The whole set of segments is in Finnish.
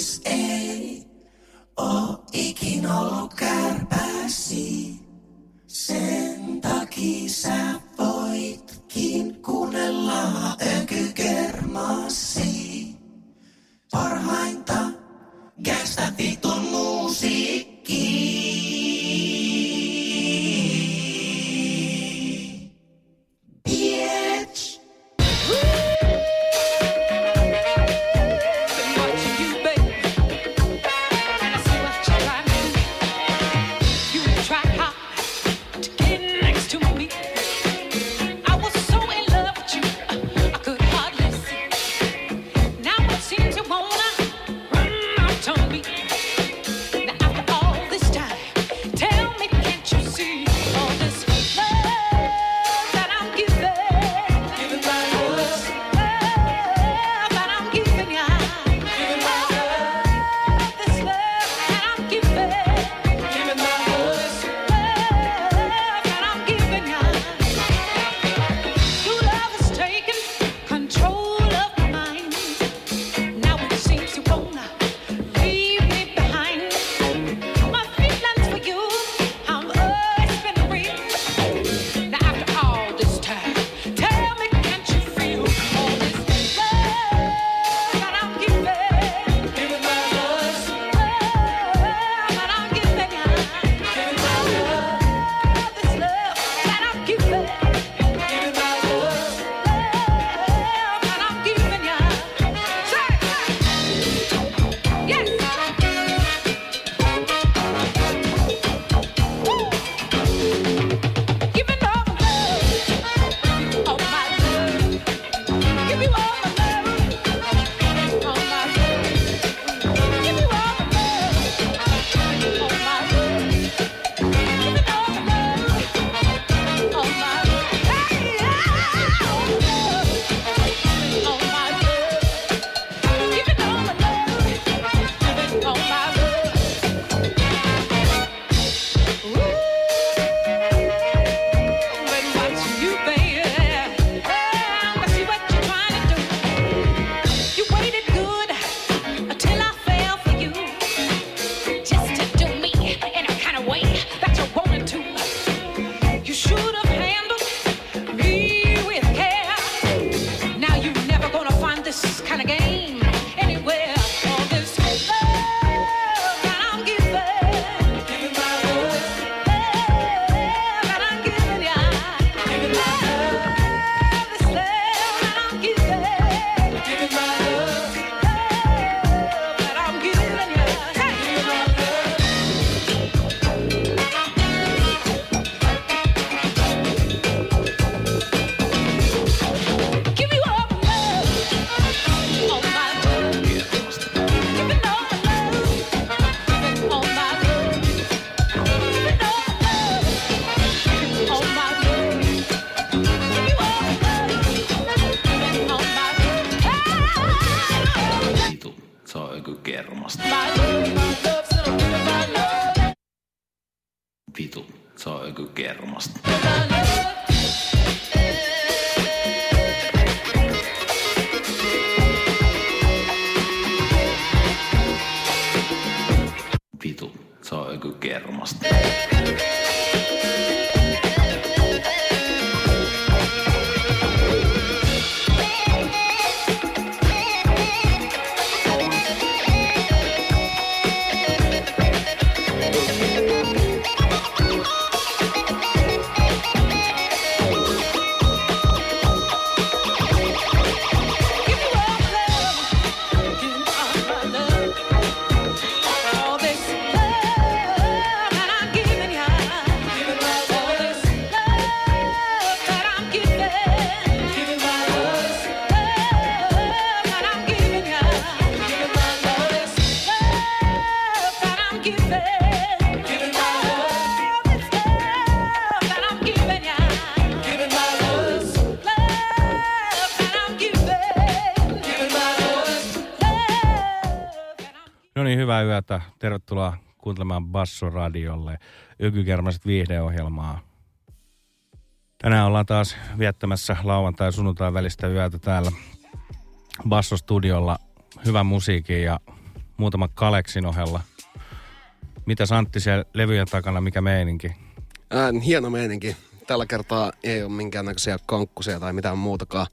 Pois ei oo ikin ollut kärpäsi. Sen takia sä voitkin kuunnella ökykermasi. Parhainta gästä vitun musiikki. Bitch. Vitu, se on joku kermasta. Vitu, se on joku kermasta. No niin, hyvää yötä. Tervetuloa kuuntelemaan Basso-radiolle Ökykermaset viihdeohjelmaa. Tänään ollaan taas viettämässä lauantai- ja sunnuntai välistä yötä täällä Basso-studiolla. Hyvän musiikin ja muutaman Kaleksin ohella. Mitä Antti siellä levyjen takana, mikä meininki? Hieno meininki. Tällä kertaa ei ole minkäännäköisiä kankkusia tai mitään muutakaan.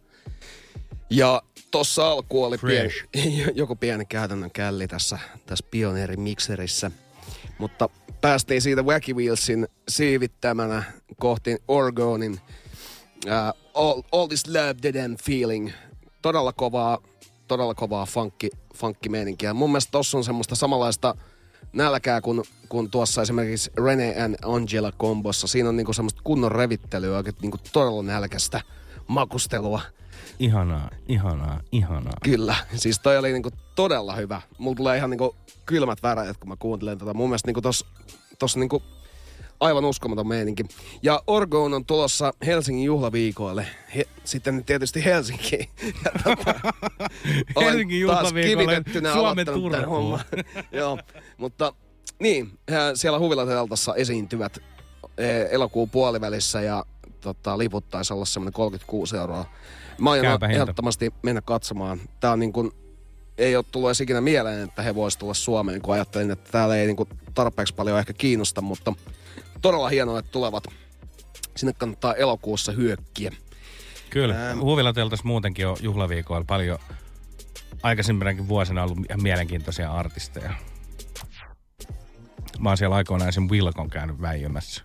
Ja tossa alku oli joku pieni käytännön källi tässä pioneerimikserissä. Mutta päästiin siitä Wacky Wheelsin siivittämänä kohti Orgonin All This Love That I'm Feeling. Todella kovaa funkkimeininkiä. Mun mielestä tossa on semmoista samanlaista nälkää kuin tuossa esimerkiksi Rene and Angela kombossa. Siinä on niinku semmoista kunnon revittelyä, oikein niinku todella nälkästä makustelua. Ihanaa. Kyllä, siis toi oli niinku todella hyvä. Mulla tulee ihan niinku kylmät väräjät, kun mä kuuntelen tätä. Mun mielestä niinku tossa niinku aivan uskomaton meininki. Ja Orgone on tulossa Helsingin juhlaviikoille. Sitten tietysti Helsinkiin. Helsingin juhlaviikoille Suomen Turkuun. Joo, mutta niin, siellä Huvilateltassa esiintyvät elokuun puolivälissä ja liput taisi olla semmoinen 36 €. Mä aion ehdottomasti mennä katsomaan. Tää on niin kuin, ei ole tullut edes ikinä mieleen, että he vois tulla Suomeen, kun ajattelin, että täällä ei niin kuin tarpeeksi paljon ehkä kiinnosta, mutta todella hienoa, että tulevat. Sinne kannattaa elokuussa hyökkiä. Kyllä, Huvilateltassa muutenkin on juhlaviikoilla paljon aikaisempinakin vuosina ollut ihan mielenkiintoisia artisteja. Mä oon siellä aikoinaan sen Wilkon käynyt väijymässä.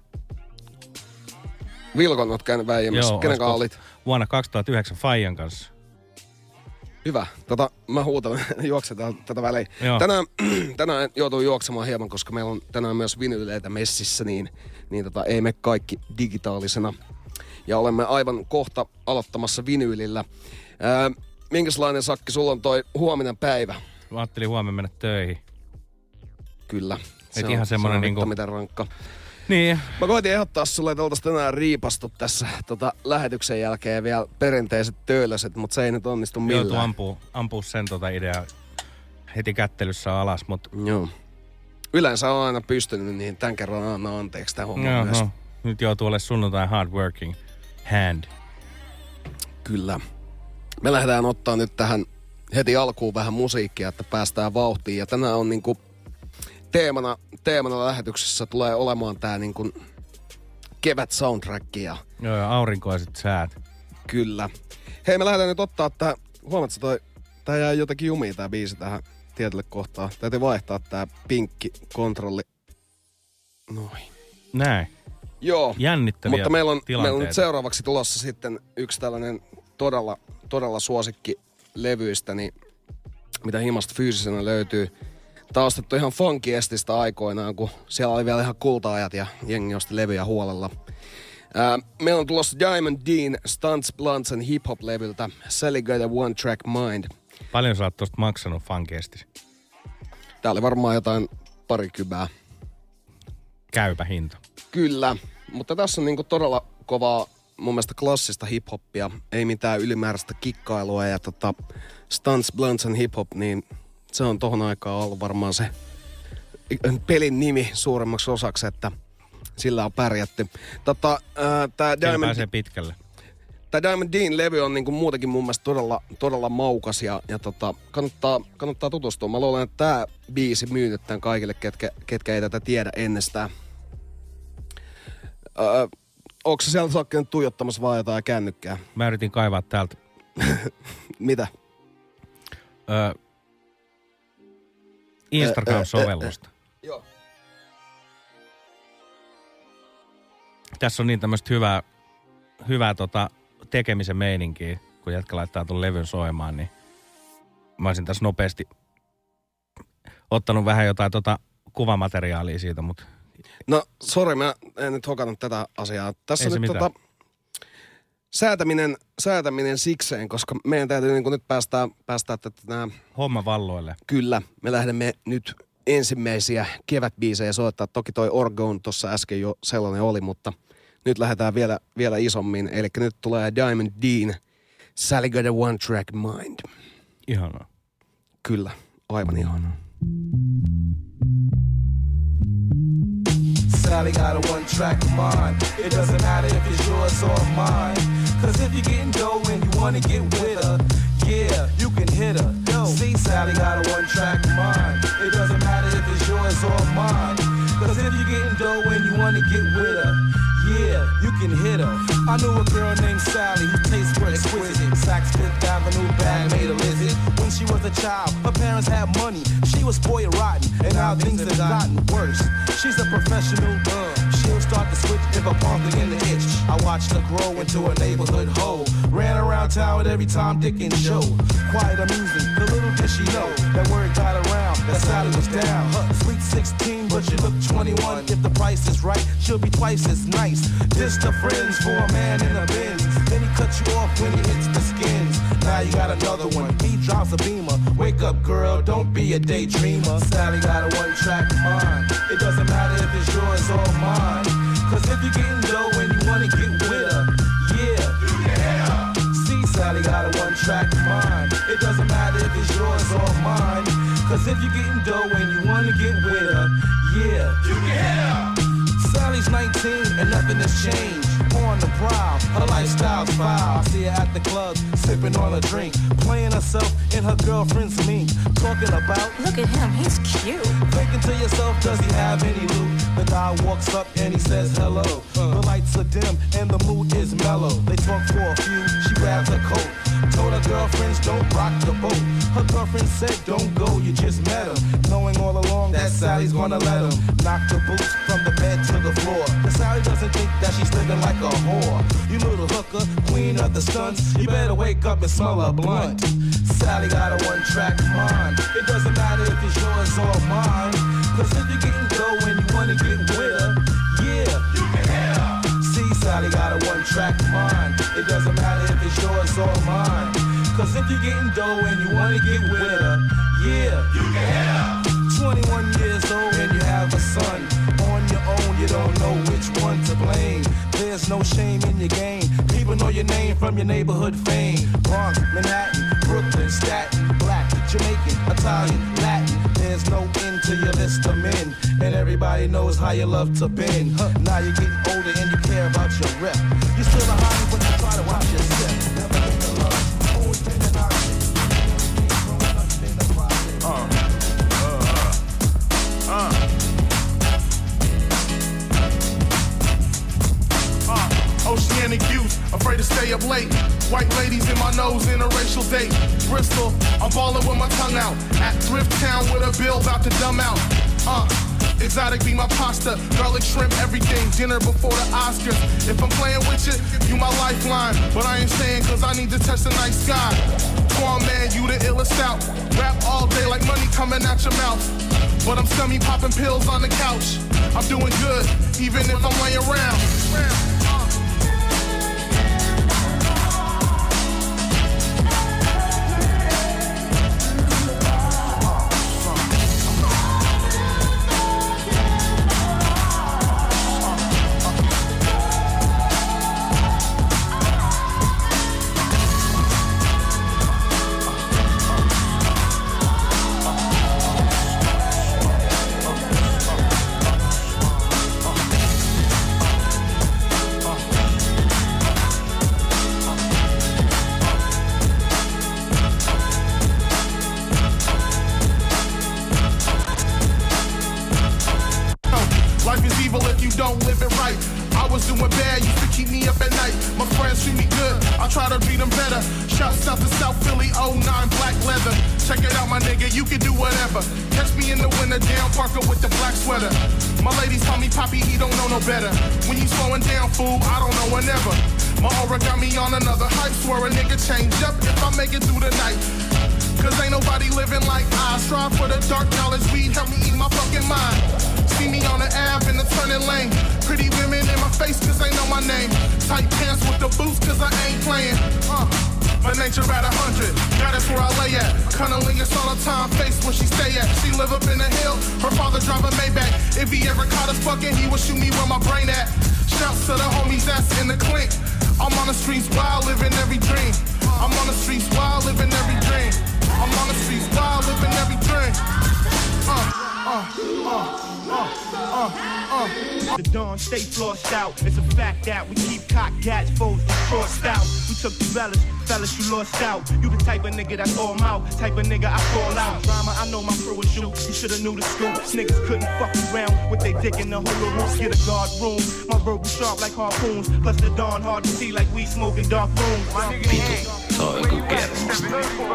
Wilkon oot käynyt väijymässä. Joo, kenen kanssa olit? Vuonna 2009 Fajan kanssa. Hyvä. Mä huutan, juoksen tätä väliin. Tänään joutuu juoksemaan hieman, koska meillä on tänään myös vinyyleitä messissä, niin ei me kaikki digitaalisena. Ja olemme aivan kohta aloittamassa vinyylillä. Minkälainen, Sakki, sulla on toi huominen päivä? Mä ajattelin huomenna mennä töihin. Kyllä. Se ihan semmonen niinku... Miten rankka. Niin. Mä koitin ehdottaa sulle, että oltais tänään riipastu tässä lähetyksen jälkeen vielä perinteiset töölöset, mutta se ei nyt onnistu millään. Joutuu ampuu sen idea heti kättelyssä alas, mutta... Joo. Yleensä on aina pystynyt, niin tämän kerran anna anteeksi tämän homman myös. Nyt joutuu olemaan sunnuntai hard working hand. Kyllä. Me lähdetään ottaa nyt tähän heti alkuun vähän musiikkia, että päästään vauhtiin. Ja tänään on niinku teemana lähetyksessä tulee olemaan tää niinku kevät soundtrack. Ja aurinkoiset säät. Kyllä. Hei, me lähdetään nyt ottaa tää, huomaatko tää jää jotenkin jumiin tää biisi tähän tietylle kohtaan. Täytyy vaihtaa tää pinkki kontrolli. Noin. Näin. Joo. Jännittäviä mutta meillä on nyt seuraavaksi tulossa sitten yksi tällainen todella suosikki levyistä, niin mitä himasta fyysisenä löytyy. Tää on ostettu ihan funky-estistä aikoinaan, kun siellä oli vielä ihan kulta-ajat ja jengi osti levyjä huolella. Meillä on tulossa Diamond Dean Stunts, Blunts and Hip Hop levyltä Sally Got a One Track Mind. Paljon sä oot tosta maksanut funky-estissä? Tää oli varmaan jotain parikymää. Käypä hinta. Kyllä, mutta tässä on niinku todella kovaa mun mielestä klassista hip-hoppia. Ei mitään ylimääräistä kikkailua ja Stunts, Blunts and Hip Hop, niin se on tohon aikaan ollut varmaan se pelin nimi suuremmaksi osaksi, että sillä on pärjätty. Sillä pääsee pitkälle. Tämä Diamond Dean-levy on niinku muutenkin mun mielestä todella maukas ja kannattaa tutustua. Mä luulen, että tämä biisi myy tämän kaikille, ketkä ei tätä tiedä ennestään. Onko se sieltä Sakki nyt tuijottamassa vaan jotain kännykkää? Mä yritin kaivaa täältä. Mitä? Instagram-sovellusta. Joo. Tässä on niin tämmöistä hyvää tekemisen meininkiä, kun jätkä laittaa ton levyn soimaan, niin mä olisin tässä nopeasti ottanut vähän jotain kuvamateriaalia siitä, mutta... No, sori, mä en nyt hokannut tätä asiaa. Tässä ei nyt säätäminen sikseen, koska meidän täytyy niin nyt päästää tätä... Homma valloille. Kyllä, me lähdemme nyt ensimmäisiä kevätbiisejä soittaa. Toki toi Orgone tuossa äsken jo sellainen oli, mutta nyt lähdetään vielä isommin. Eli nyt tulee Diamond Dean, Sally Got a One Track Mind. Ihanaa. Kyllä, aivan ihanaa. Sally got a one track mind. It doesn't matter if it's yours or mine. Cause if you're getting dough and you wanna get with her, yeah, you can hit her. know. See, Sally got a one-track mind. It doesn't matter if it's yours or mine. Cause if you're getting dough and you wanna get with her, yeah, you can hit her. I knew a girl named Sally who tastes were exquisite. Saks Fifth Avenue bag made a lizard. When she was a child, her parents had money. She was spoiled rotten, and now things have gotten worse. She's a professional, she'll start to switch if a punk in the itch. I watched her grow into a neighborhood hoe. Ran around town with every Tom, Dick, and Joe. Quite amusing, but little did she know that word got around, that Sally was down. Sweet 16, but she look 21. If the price is right, she'll be twice as nice. Dissed her friends for a man in a Benz. Then he cut you off when he hits the skins. Now you got another one, he drops a beamer. Wake up, girl, don't be a daydreamer. Sally got a one-track mind. It doesn't matter if it's yours or mine. Cause if you're getting dough and you wanna get with her, yeah, you can hit her. See, Sally got a one-track mind. It doesn't matter if it's yours or mine. Cause if you're getting dough and you wanna get with her, yeah, you can hit her. Sally's 19 and nothing has changed. On the prowl, her lifestyle's foul. I see her at the club, sipping on a drink, playing herself in her girlfriend's mink, talking about, look at him, he's cute. Thinking to yourself, does he have any loot? The guy walks up and he says hello. The lights are dim and the mood is mellow. They talk for a few, she grabs her coat, told her girlfriends don't rock the boat. Her girlfriend said don't go, you just met him, knowing all along that Sally's gonna let him knock the boots from the bed to the floor. But Sally doesn't think that she's living like a whore. You little hooker, queen of the stunts, you better wake up and smell a blunt. Sally got a one-track mind. It doesn't matter if it's yours or mine. Cause if you're getting dough and you wanna get with her, yeah, you can hit her. See, Sally got a one-track mind. It doesn't matter if it's yours or mine. Cause if you're getting dough and you wanna get with her, yeah, you can hit her. 21 years old and you have a son. On your own, you don't know which one to blame. There's no shame in your game. People know your name from your neighborhood fame. Bronx, Manhattan, Brooklyn, Staten, Black, Jamaican, Italian, Latin. There's no end to your list of men. And everybody knows how you love to bend. Now you're getting older and you care about your rep. You're still a hottie, but you try to watch your step. Never get the love. Always been an option. Oceanic youth, afraid to stay up late. White ladies in my nose, interracial date. Bristol, I'm ballin' with my tongue out. At Thrift Town with a bill about to dumb out. Exotic be my pasta, garlic shrimp, everything. Dinner before the Oscars. If I'm playing with you my lifeline. But I ain't saying cause I need to touch the night sky. Quan man, you the illest out. Rap all day like money coming out your mouth. But I'm semi popping pills on the couch. I'm doing good, even if I'm laying around. Change up if I make it through the night. Cause ain't nobody living like I. Strive for the dark knowledge, weed help me eat my fucking mind. See me on the Ave in the turning lane. Pretty women in my face cause they know my name. Tight pants with the boots cause I ain't playing. My nature at 100, God is where I lay at. Cunnilingus all the time, face where she stay at. She live up in the hill, her father drive a Maybach. If he ever caught us fucking, he would shoot me where my brain at. Shouts to the homies that's in the clink. I'm on the streets wild, living every dream. I'm on the streets wild, living every dream. I'm on the streets wild, living every dream. The dawn stay flossed out. It's a fact that we keep cock gats, foes crossed out. We took the fellas, you lost out. You the type of nigga that's all mouth, type of nigga I call out. Drama, I know my crew is you. You shoulda knew the scoop. Niggas couldn't fuck around with they dick in the hula roof. Get a guard room. My verbal sharp like harpoons. Plus the dawn hard to see like we smoking dark rooms. Vitu, se on joku kermasta.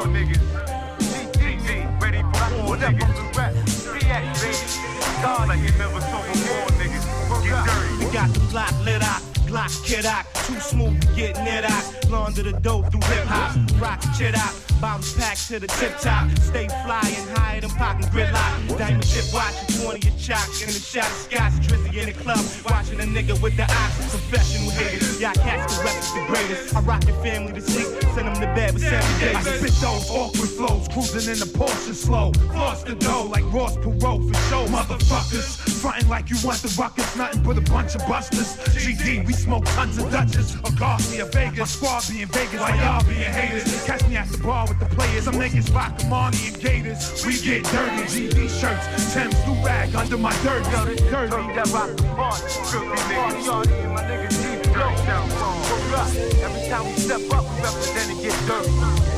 We got the block lit out, Glock kid out, too smooth to get knit out. Launder the dough through hip hop, rock shit out, bottles packed to the tip top. Stay flying higher than popping gridlock. Diamond shit watching 20 of chalk in the shot of scotch, Drizzy in the club, watching a nigga with the eyes. Professional haters, y'all cats the rest is the greatest. I rock your family to sleep, send them to bed with 7 days. I spit those awkward flows, cruising in the Porsche slow. Floss the dough like Ross Perot for show, motherfuckers. Frontin' like you want the ruckus, nothing but a bunch of busters. GD, we smoke tons of Dutchess, or Garcia, Vegas. My squad be in Vegas, while y'all being haters. Catch me at the bar with the players, some niggas rock Armani and Gators. We get dirty, GD shirts, Tim's new bag under my dirty. Dirty. That rock the bar, filthy niggas. Shorty and my niggas deep flow. Every time we step up, we represent and get dirty.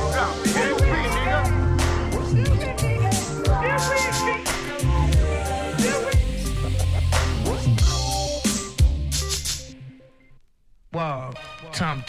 Wow, Tom.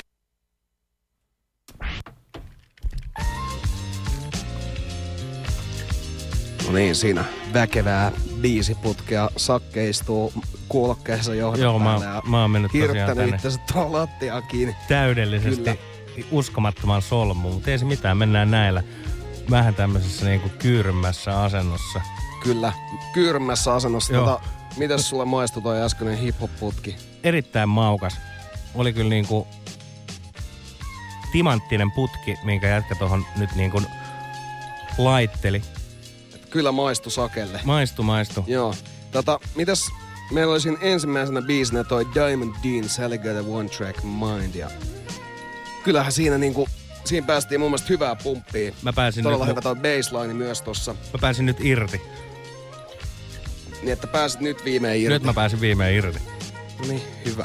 No niin, siinä väkevää biisiputkea. Sakke istuu kuulokkeessa johdon päällä ja mä oon mennyt tosiaan hirttänyt tänne itsensä tuolla lattiaan kiinni. täydellisesti Kyllä. uskomattoman solmuun, mutta ei se mitään, mennään näillä vähän tämmöisessä niinku kyyrymmässä asennossa. Kyllä, kyyrymmässä asennossa. Joo. Mitäs sulle maistui toi äskeinen hip-hop-putki? Erittäin maukas. Oli kyllä niinku timanttinen putki, minkä jätkä tohon nyt niinku laitteli. Kyllä maistu Sakelle. Maistu. Joo. Mitäs meillä oli siinä ensimmäisenä biisinä toi Diamond Dean's Alligator One Track Mind. Ja kyllähän siinä siinä päästiin mun mielestä hyvää pumppia. Todella hyvä toi bassline myös tossa. Mä pääsin nyt irti. Niin että pääsit nyt viimein irti. Nyt mä pääsin viimein irti. No niin, hyvä.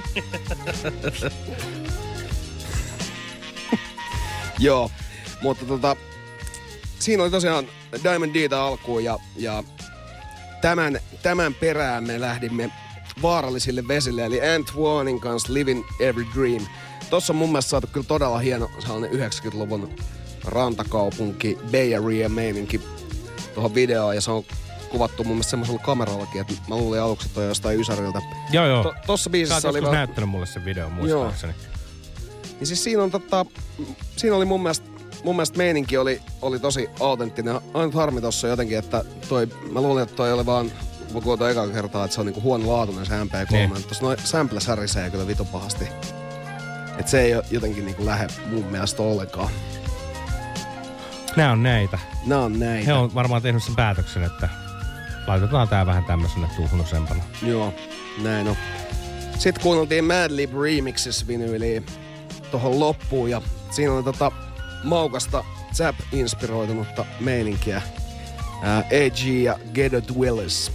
Joo, mutta siinä oli tosiaan Diamond Dita alkuun ja tämän perään me lähdimme vaarallisille vesille, eli Antoinein kanssa Living Every Dream. Tossa on mun mielestä saatu kyllä todella hieno sellainen 90-luvun rantakaupunki, Bay Area meininki tuohon videoon, ja se on kuvattu mun mielestä semmoisella kamerallakin, että mä luulin aluksi, että toi jostain Ysäriltä. Joo. Tossa biisissä Sä oli oot näyttänyt mulle sen videon muistaakseni. Niin siis siinä oli mun mielestä meininki oli tosi autenttinen. Ainut harmi tossa jotenkin, että mä luulin, että toi oli vaan kuultu ekaa kertaa, että se on niinku huonolaatuinen se MP3. Niin. Tossa noi sample särisee kyllä vitu pahasti. Et se ei jotenkin niinku lähde mun mielestä ollenkaan. Nää on näitä. He on varmaan tehnyt sen päätöksen, että laitetaan tää vähän tämmöisenä tuhnosempana. Joo, näin on. Sitten kuunneltiin Madlib Remixes vinyyliä tohon loppuun ja siinä oli maukasta Zap-inspiroitunutta meininkiä. AG ja Ghetto Dwellers.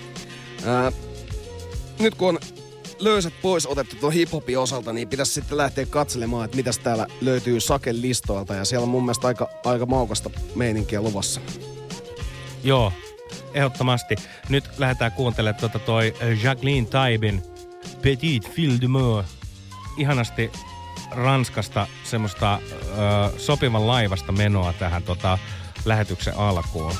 Nyt kun on löysät pois otettu tuon hip-hopin osalta, niin pitäisi sitten lähteä katselemaan, että mitäs täällä löytyy Saken listoilta. Ja siellä on mun mielestä aika maukasta meininkiä luvassa. Joo, ehdottomasti. Nyt lähdetään kuuntelemaan toi Jacqueline Taibin Petit Fil du Meur. Ihanasti Ranskasta semmoista sopivan laivasta menoa tähän lähetyksen alkuun.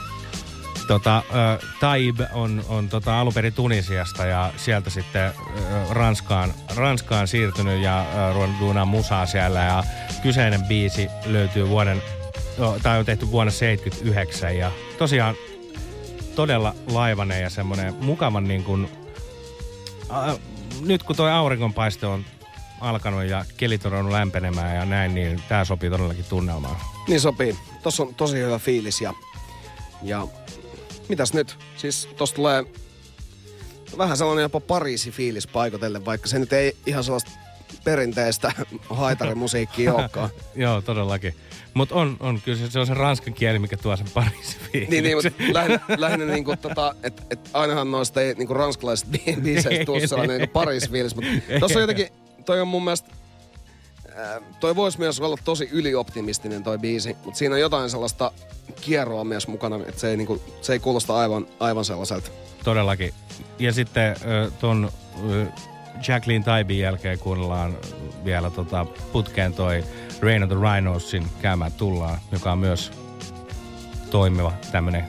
Taib on alun perin Tunisiasta ja sieltä sitten Ranskaan siirtynyt ja ruvennut duunaan musaa siellä. Ja kyseinen biisi löytyy on tehty vuonna 1979 ja tosiaan todella laivainen ja semmoinen mukavan niin kuin, nyt kun toi auringonpaiste on alkanut ja kelit on ruvennut lämpenemään ja näin, niin tää sopii todellakin tunnelmaan. Niin sopii. Tossa on tosi hyvä fiilis ja mitäs nyt? Siis tossa tulee vähän sellainen jopa Pariisi-fiilis paikotellen, vaikka se nyt ei ihan sellaista perinteistä haitarimusiikkia olekaan. Joo, todellakin. Mutta on kyllä se on se ranskan kieli, mikä tuo sen Pariisin fiiliksen. Niin, mutta lähinnä niinku että ainahan noista ei niinku ranskalaiset biiseistä tuu sellainen niinku Paris-fiilis. Mutta tossa on jotenkin, toi on mun mielestä, toi voisi myös olla tosi ylioptimistinen toi biisi, mutta siinä on jotain sellaista kierroa myös mukana, että se ei kuulosta aivan sellaiselta. Todellakin. Ja sitten ton Jacqueline Taibin jälkeen kuunnellaan vielä putkeen toi Rain of the Rhinosin Käymään tullaan, joka on myös toimiva tämmönen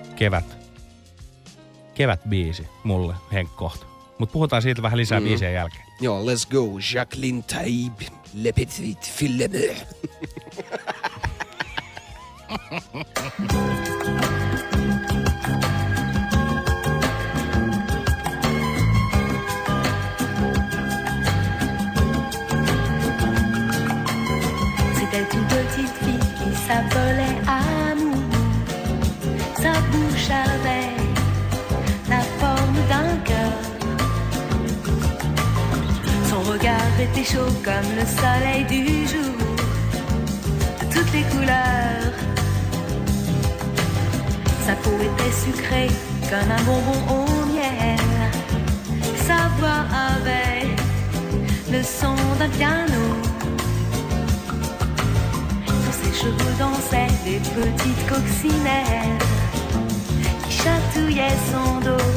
kevätbiisi mulle henkkohta. Mut puhutaan siitä vähän lisää biisien jälkeen. Joo, let's go. Jacqueline Taib, Le Petit Fillemeur. C'était une petite fille qui s'appelait Amour. Sa bouche avait la forme d'un cœur. Son regard était chaud comme le soleil du jour, de toutes les couleurs. Sa peau était sucrée comme un bonbon au miel. Sa voix avait le son d'un piano. Cheveux dansaient des petites coccinelles qui chatouillaient son dos.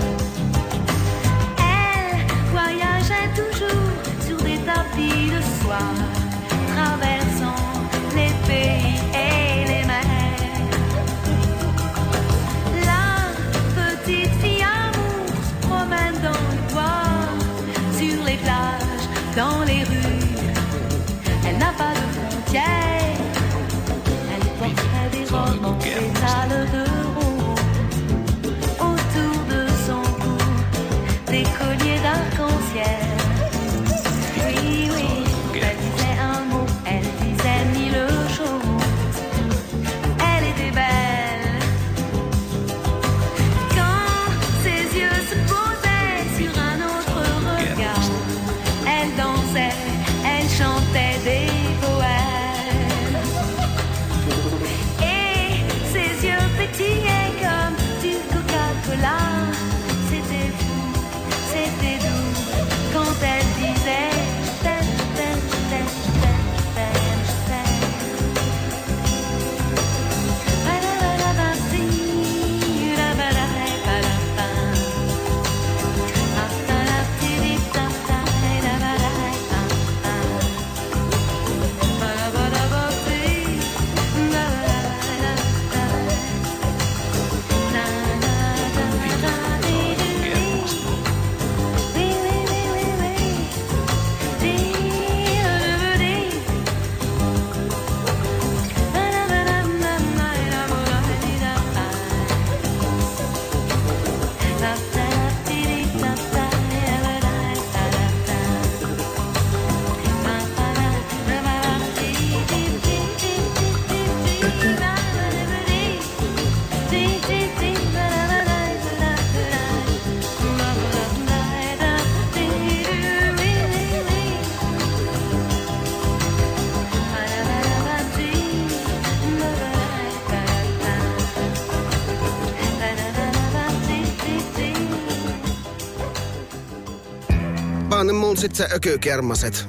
Elle voyageait toujours sur des tapis de soie, traversant les pays et les mers. La petite fille amour se promène dans le bois, sur les plages, dans les rues. Elle n'a pas de frontières. Pétales de rose autour de son cou, des colliers d'arc-en-ciel. Oui, oui, elle disait un mot, elle disait mille choses. Elle était belle. Quand ses yeux se posaient sur un autre regard, elle dansait, elle chantait des poèmes. Pétillait comme du Coca-Cola. C'était fou, c'était doux quand elle disait je t'aime, je t'aime, je t'aime, je t'aime, je t'aime, Anna mulle sit se ökykermaset.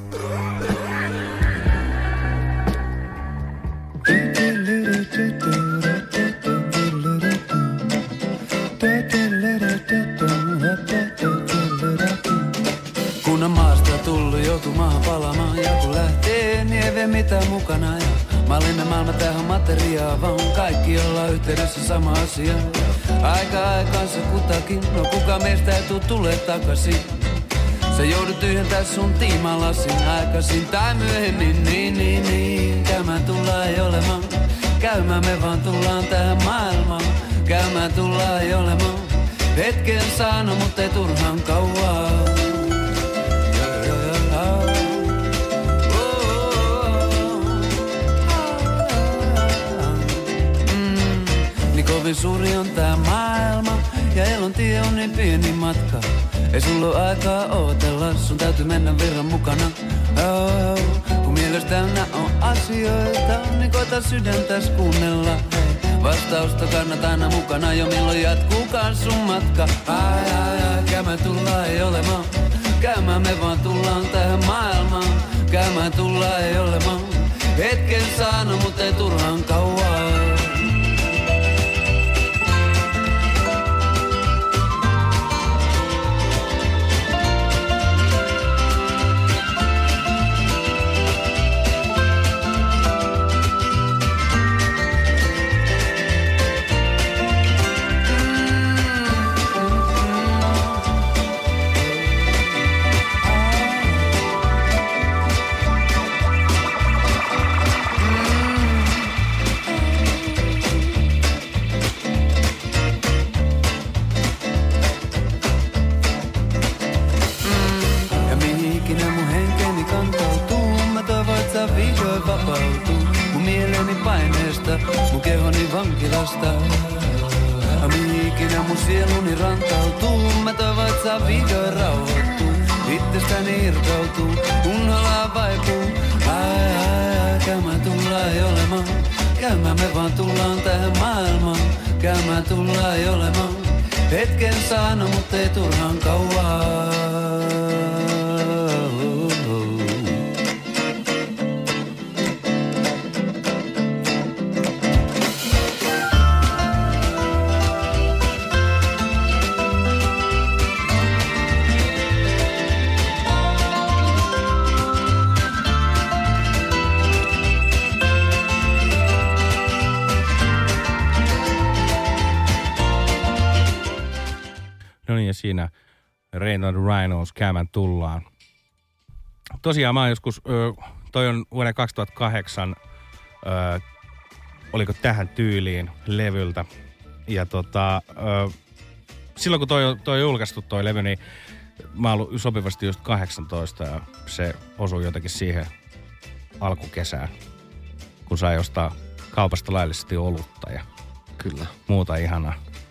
Kun on maasta tullut, joutuu maahan palaamaan. Ja kun lähtee, niin ei vie mitään mukana. Ja mallinen maailma tähän materiaa, vaan kaikki ollaan yhteydessä sama asia. Aikansa kutakin, no kuka meistä ei tule takaisin. Sä joudut tyhjentää sun tiimalasin aikaisin tai myöhemmin, niin. Käymään tullaan ei olemaan, käymään me vaan tullaan tähän maailmaan. Käymään tullaan ei olemaan, hetken saanut, mut ei turhaan kauaa. Niin kovin suuri on tää maailma ja elon tie on niin pieni matka. Ei sulla oo aikaa ootella, sun täytyy mennä virran mukana. Oh, kun mielessä täynnä on asioita, niin koita sydäntäs kuunnella. Hei, vastausta kannat aina mukana, jo milloin jatkuu kans sun matka. Ai, käymään tullaan ei olemaan. Käymään me vaan tullaan tähän maailmaan. Käymään tullaan ei olemaan. Hetken saanut, mut ei turhaan kauan. Mun mieleeni paineesta, mun kehoni vankilasta. Mihin ikinä mun sieluni rantautuu, mä toivon, et saa vihdoin rauhoittua. Itsestäni irtautuu, unholaan vaipuu. Ai, käymään tullaan ei olemaan. Käymään me vaan tullaan tähän maailmaan. Käymään tullaan ei olemaan. Hetken saanut, mut ei turhaan kauan. No niin, ja siinä Reynolds Rhinos käymään tullaan. Tosiaan mä oon joskus, toi on vuoden 2008, oliko tähän tyyliin levyltä. Ja silloin kun toi on julkaistu toi levy, niin mä oon ollut sopivasti just 18 ja se osui jotenkin siihen alkukesään, kun sai ostaa kaupasta laillisesti olutta ja kyllä muuta ihanaa.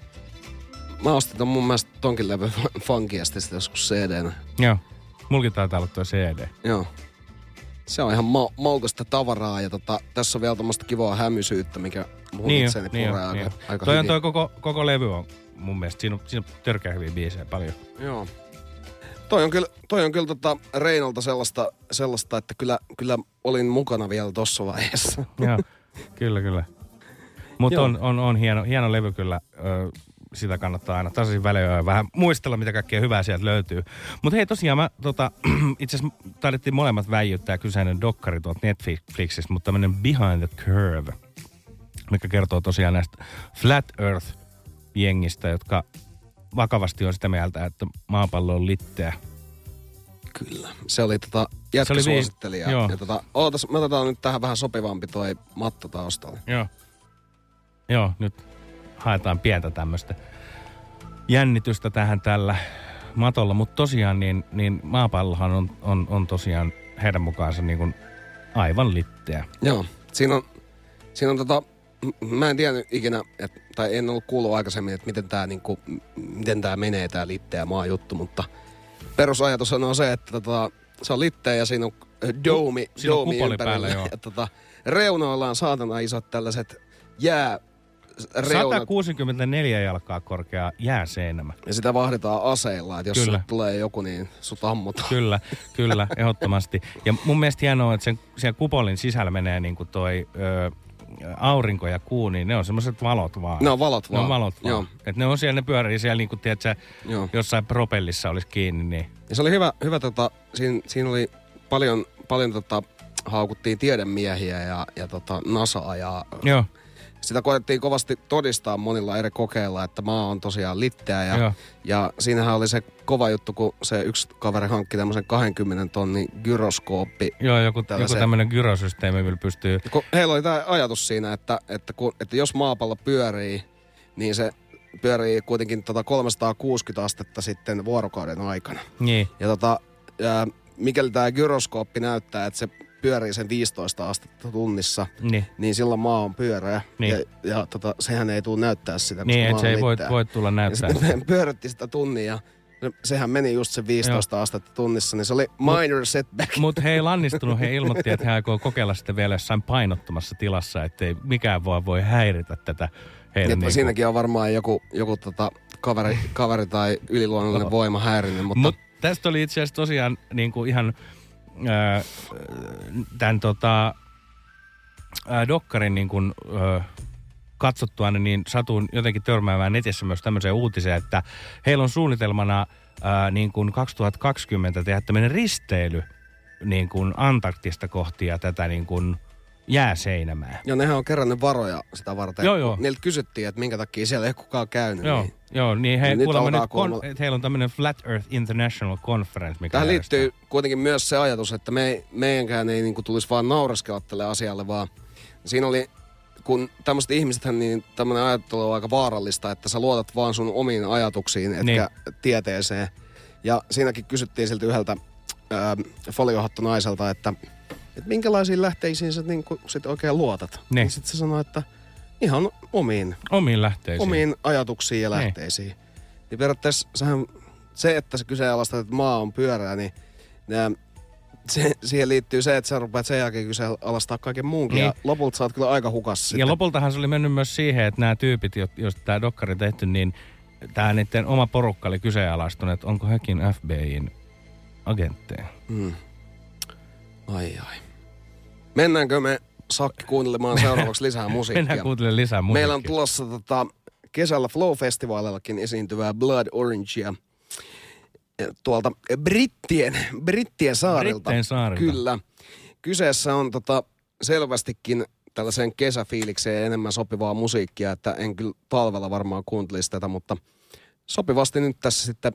Mä ostin mun mielestä tonkin levy Funkiasti sitten joskus CD-nä. Joo, mulkin taitaa olla tuo CD. Joo. Se on ihan maukasta tavaraa ja tässä on vielä tommoista kivaa hämysyyttä, mikä mun itseäni puree aika toi hyvin. on koko levy on mun mielestä. Siinä on törkeä hyviä biisejä paljon. Joo. Toi on kyllä Reinolta sellaista, että kyllä olin mukana vielä tossa vaiheessa. Joo, kyllä. Mutta on hieno levy kyllä. Sitä kannattaa aina tasaisin välein vähän muistella, mitä kaikkea hyvää sieltä löytyy. Mutta hei, tosiaan mä itse asiassa taidettiin molemmat väijyttää kyseinen dokkari tuolta Netflixistä, mutta tämmönen Behind the Curve, mikä kertoo tosiaan näistä Flat Earth-jengistä, jotka vakavasti on sitä mieltä, että maapallo on litteä. Kyllä. Se oli jätkäsuosittelija. Ja me otetaan nyt tähän vähän sopivampi toi matto taustalla. Joo, nyt haetaan pientä tämmöistä jännitystä tähän tällä matolla, mutta tosiaan niin maapallohan on tosiaan heidän mukaansa niin kuin aivan litteä. Joo, siinä on mä en tiennyt ikinä, tai en ollut kuullut aikaisemmin, että miten tää menee tää litteä maa juttu, mutta perusajatus on se, että se on litteä ja siinä on doomi päällä, joo. Ja reunoilla on saatana isot tällaiset reunat. 164 jalkaa korkea jääseinämä. Ja sitä vahditaan aseilla, että jos tulee joku, niin sut ammutaan. Kyllä, ehdottomasti. Ja mun mielestä hienoa, että siellä kupolin sisällä menee niin kuin toi aurinko ja kuu, niin ne on semmoiset valot vaan. Ne on valot vaan. Että ne on siellä, ne pyörii siellä niin kuin, tiedätkö, jossain propellissa olisi kiinni. Niin. Ja se oli hyvä siinä oli paljon haukuttiin tiedemiehiä ja NASAa ja joo. Sitä koettiin kovasti todistaa monilla eri kokeilla, että maa on tosiaan litteä. Ja siinähän oli se kova juttu, kun se yksi kaveri hankki tämmöisen 20 tonnin gyroskooppi. Joo, joku tämmöinen gyrosysteemi, millä pystyy. Heillä oli tämä ajatus siinä, että jos maapallo pyörii, niin se pyörii kuitenkin 360 astetta sitten vuorokauden aikana. Niin. Ja mikäli tämä gyroskooppi näyttää, että se pyörii sen 15 astetta tunnissa, niin silloin maa on pyöreä. Niin. Ja sehän ei tule näyttää sitä, koska niin, maa se ei voi tulla näyttää. Ja sitten pyörätti sitä tunnin ja Sehän meni just se 15 astetta tunnissa, niin se oli minor setback. Mutta he ei lannistunut, he ilmoitti, että he aikoo kokeilla sitten vielä jossain painottomassa tilassa, ettei mikään voi häiritä tätä heidän niinku... Siinäkin on varmaan joku kaveri tai yliluonnollinen voima häirinnyt, mutta... Tästä oli itse asiassa tosiaan niinku ihan tämän dokkarin niin kuin, katsottuani, niin satuin jotenkin törmäämään netissä myös tämmöiseen uutiseen, että heillä on suunnitelmana niin kuin 2020 tehdä tämmöinen risteily niin kuin Antarktista kohti ja tätä niin kuin jääseinämää. Joo, nehän on kerännyt varoja sitä varten. Joo. Niiltä kysyttiin, että minkä takia siellä ei ole kukaan käynyt. Niin heillä on tämmöinen Flat Earth International Conference, mikä tähän liittyy kuitenkin myös se ajatus, että meidänkään ei niin kuin tulisi vaan naureskella tälle asialle, vaan siinä oli, kun tämmöiset ihmisethän, niin tämmöinen ajattelu on aika vaarallista, että sä luotat vaan sun omiin ajatuksiin, etkä tieteeseen. Ja siinäkin kysyttiin siltä yhdeltä foliohattunaiselta, että minkälaisiin lähteisiin sä niin sit oikein luotat. Niin sit se sanoi, että ihan omiin lähteisiin. Omiin ajatuksiin ja lähteisiin. Niin periaatteessa se, että sä kyseenalaistat, että maa on pyörää, niin siihen liittyy se, että sä rupeat sen jälkeen kyseenalaistaa kaiken muunkin. Niin. Ja lopulta sä oot kyllä aika hukassa sitten. Ja lopultahan se oli mennyt myös siihen, että nämä tyypit, joista tämä dokkari tehty, niin tämä niiden oma porukka oli kyseenalaistunut, että onko hekin FBI:n agentteja. Ai. Mennäänkö me, Sakki, kuuntelemaan seuraavaksi lisää musiikkia? Mennään kuuntelemaan lisää musiikkia. Meillä on tulossa kesällä Flow-festivaalillakin esiintyvää Blood Orangea tuolta Brittien saarilta. Kyllä. Kyseessä on selvästikin tällaiseen kesäfiilikseen enemmän sopivaa musiikkia, että en kyllä talvella varmaan kuuntelisi tätä, mutta sopivasti nyt tässä sitten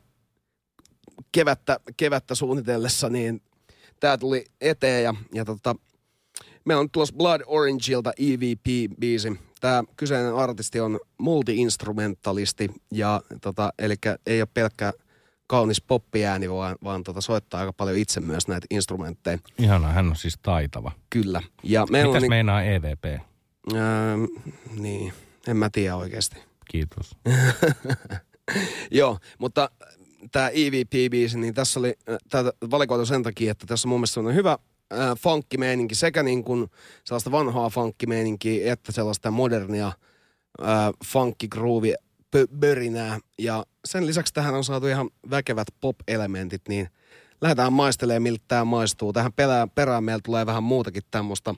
kevättä suunnitellessa, niin tää tuli eteen ja meillä on tulossa Blood Orangeilta EVP-biisi. Tää kyseinen artisti on multi-instrumentalisti ja eli ei ole pelkkä kaunis poppiääni, vaan soittaa aika paljon itse myös näitä instrumentteja. Ihanaa, hän on siis taitava. Kyllä. Ja meillä mitäs on meinaa EVP? Niin, en mä tiedä oikeasti. Kiitos. Joo, mutta tämä EVP-biisi, niin tässä oli tätä valikoitu sen takia, että tässä on mun mielestä hyvä funkkimeininki, sekä niin kuin sellaista vanhaa funkkimeininkiä, että sellaista modernia funkkigroovia börinää. Ja sen lisäksi tähän on saatu ihan väkevät pop-elementit, niin lähdetään maistelemaan, miltä tämä maistuu. Tähän perään meillä tulee vähän muutakin tämmöistä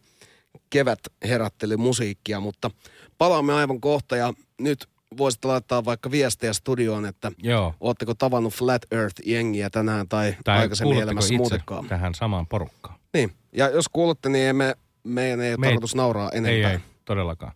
kevätherättelymusiikkia, mutta palaamme aivan kohta ja nyt voisitte laittaa vaikka viestiä studioon, että ootteko tavannut Flat Earth-jengiä tänään tai aikaisemmin elämässä muutenkaan. Tähän samaan porukkaan. Niin, ja jos kuulutte, niin meidän ei ole tarkoitus nauraa enempää. Ei, todellakaan.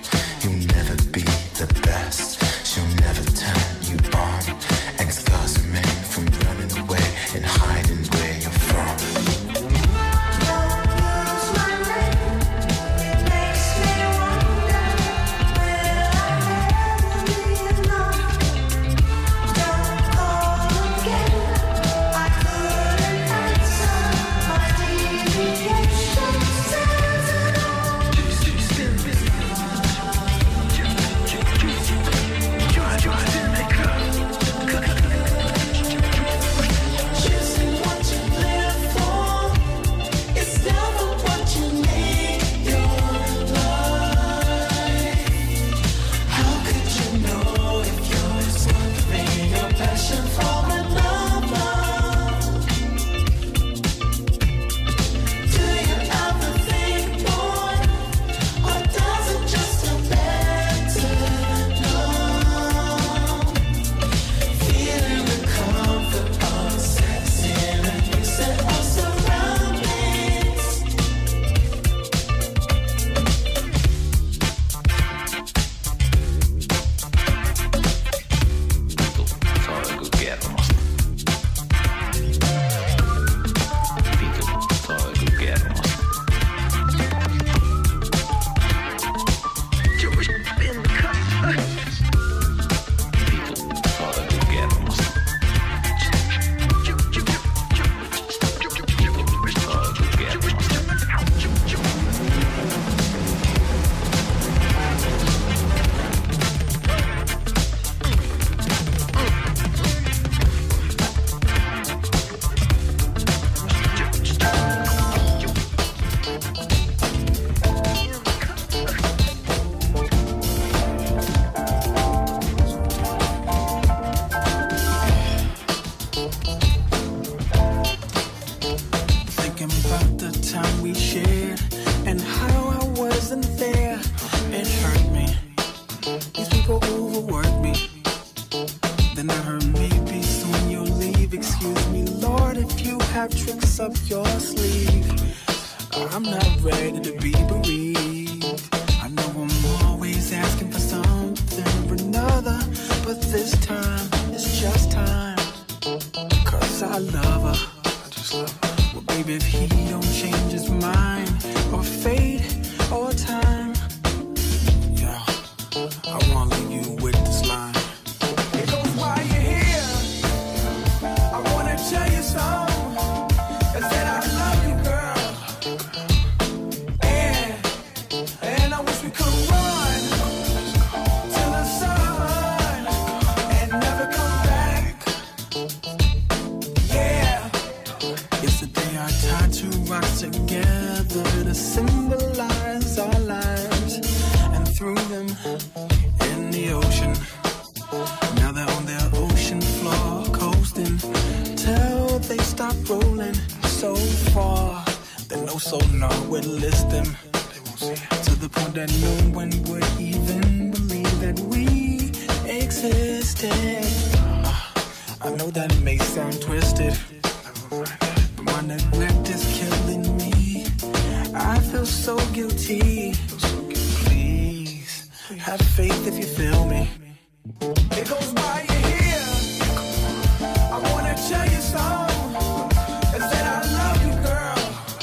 She'll never turn you on, and scars maybe soon you'll leave. Excuse me, Lord, if you have tricks up your sleeve. I'm not ready to be bereaved. I know I'm always asking for something or another, but this time it's just time. 'Cause I love her. I just love her. Well, baby, if he don't change his mind, or fate, or time, yeah, I wanna leave you with this line. It goes while you're here, I wanna tell you something. I said I love you, girl. And I wish we could run to the sun and never come back. Yeah. Yesterday our tattoo rocks together to symbolize our lives, and threw them in the ocean. Now they're on their ocean floor coasting till they stop rolling so far that no sonar would list them. To the point that no one would even believe that we existed. I know that may sound twisted, but my neglect is killing me. I feel so guilty. Please, have faith if you feel me. It goes by you here. I wanna tell you something. I said I love you, girl.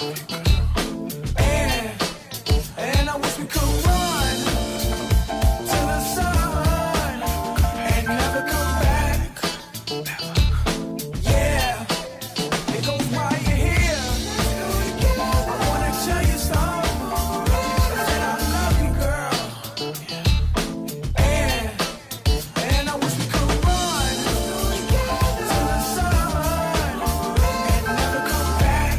And I wish we could run to the sun and never come back. Yeah, it goes while you're here. I wanna tell you something. I said I love you, girl. And I wish we could run to the sun and never come back.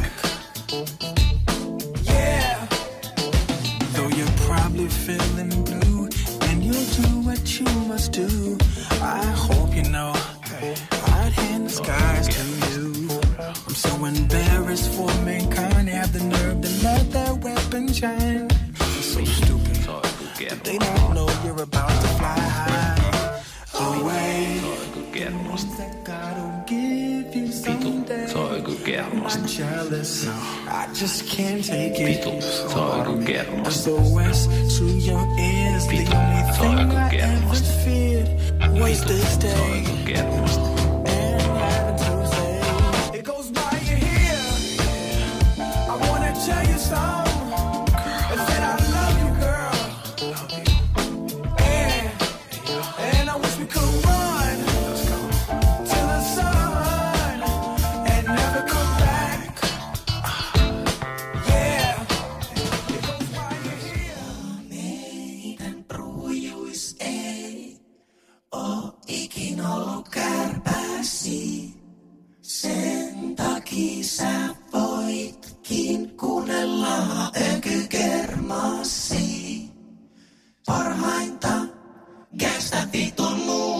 Yeah. Though you're probably feeling blue, and you'll do what you must do, I hope you know I'd hand the skies to you. I'm so embarrassed for mankind, have the nerve to let that weapon shine. It's so stupid that they don't know you're about to fly high away. That God will give you someday. I'm jealous, I just can't take it. SOS to your ears, the only thing I ever feared was this day. And having to say, it goes while you're here. I wanna tell you something. I said I love you, girl. And I wish we could run to the sun and never come back. Yeah. It goes while you're here. Meidän prujuis ei oo ikin ollut kärpäsi. Sen takia sä voitkin kuunnella ökykermasi. Parhainta gangsta vitun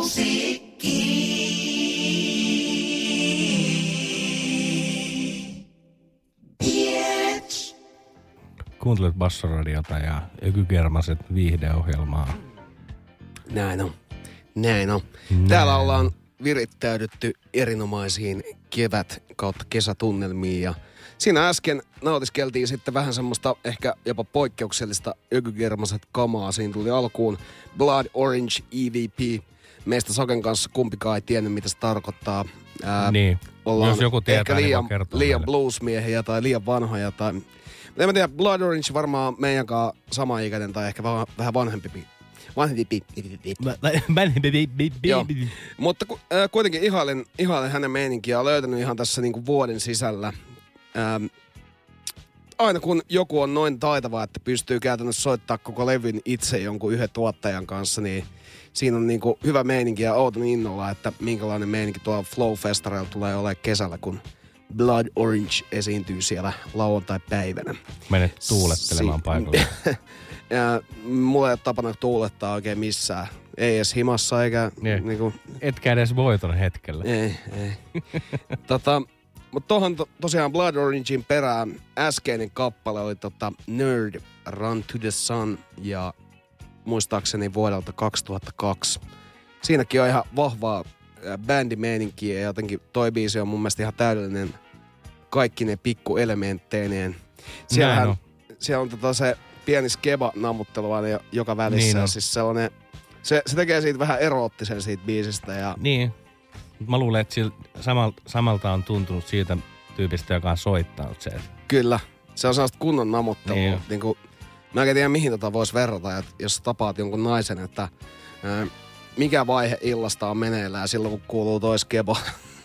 musiikki. Bitch. Kuuntelet Bassoradiota ja Ökykermaset viihdeohjelmaa. Näin on. Täällä ollaan virittäydytty erinomaisiin kesätunnelmiin ja siinä äsken nautiskeltiin sitten vähän semmoista ehkä jopa poikkeuksellista ökykermaset kamaa. Siinä tuli alkuun Blood Orange EVP. Meistä Saken kanssa kumpikaan ei tiennyt, mitä se tarkoittaa. Niin, ollaan jos joku tietää, ehkä niin voi kertoa liian meille. bluesmiehiä tai liian vanhoja tai... En mä tiedä, Blood Orange varmaan meidän kanssa sama-ikäinen tai ehkä vähän vanhempi. Joo. Mutta kuitenkin ihailen hänen meininkiä. Olen löytänyt ihan tässä niinku vuoden sisällä. Aina kun joku on noin taitava, että pystyy käytännössä soittaa koko levyn itse jonkun yhden tuottajan kanssa, niin siinä on niinku hyvä meininki ja ootan innolla, että minkälainen meininki tuolla Flow-festareilla tulee olemaan kesällä, kun Blood Orange esiintyy siellä lauantai-päivänä. Menet tuulettelemaan paikalle. Ja mulla ei ole tapana tuulettaa oikein missään. Ei edes himassa eikä... Niinku... Etkä edes voiton hetkellä. Ei. Mutta tohon tosiaan Blood Orangein perään äskeinen kappale oli Nerd Run to the Sun ja muistaakseni vuodelta 2002. Siinäkin on ihan vahvaa bändimeininkiä ja jotenkin toi biisi on mun mielestä ihan täydellinen kaikki ne pikkuelementteineen. Siellä on se pieni skeba-nammuttelu aina joka välissä. Niin ja siis sellainen, se tekee siitä vähän eroottisen siitä biisistä. Ja... Niin. Mä luulen, että samalta on tuntunut siitä tyypistä, joka on soittanut se. Kyllä. Se on sellaista kunnon namuttelua. Niin kuin, mä en tiedä, mihin voisi verrata, että jos tapaat jonkun naisen, että mikä vaihe illasta on meneillään silloin, kun kuuluu toi skeba.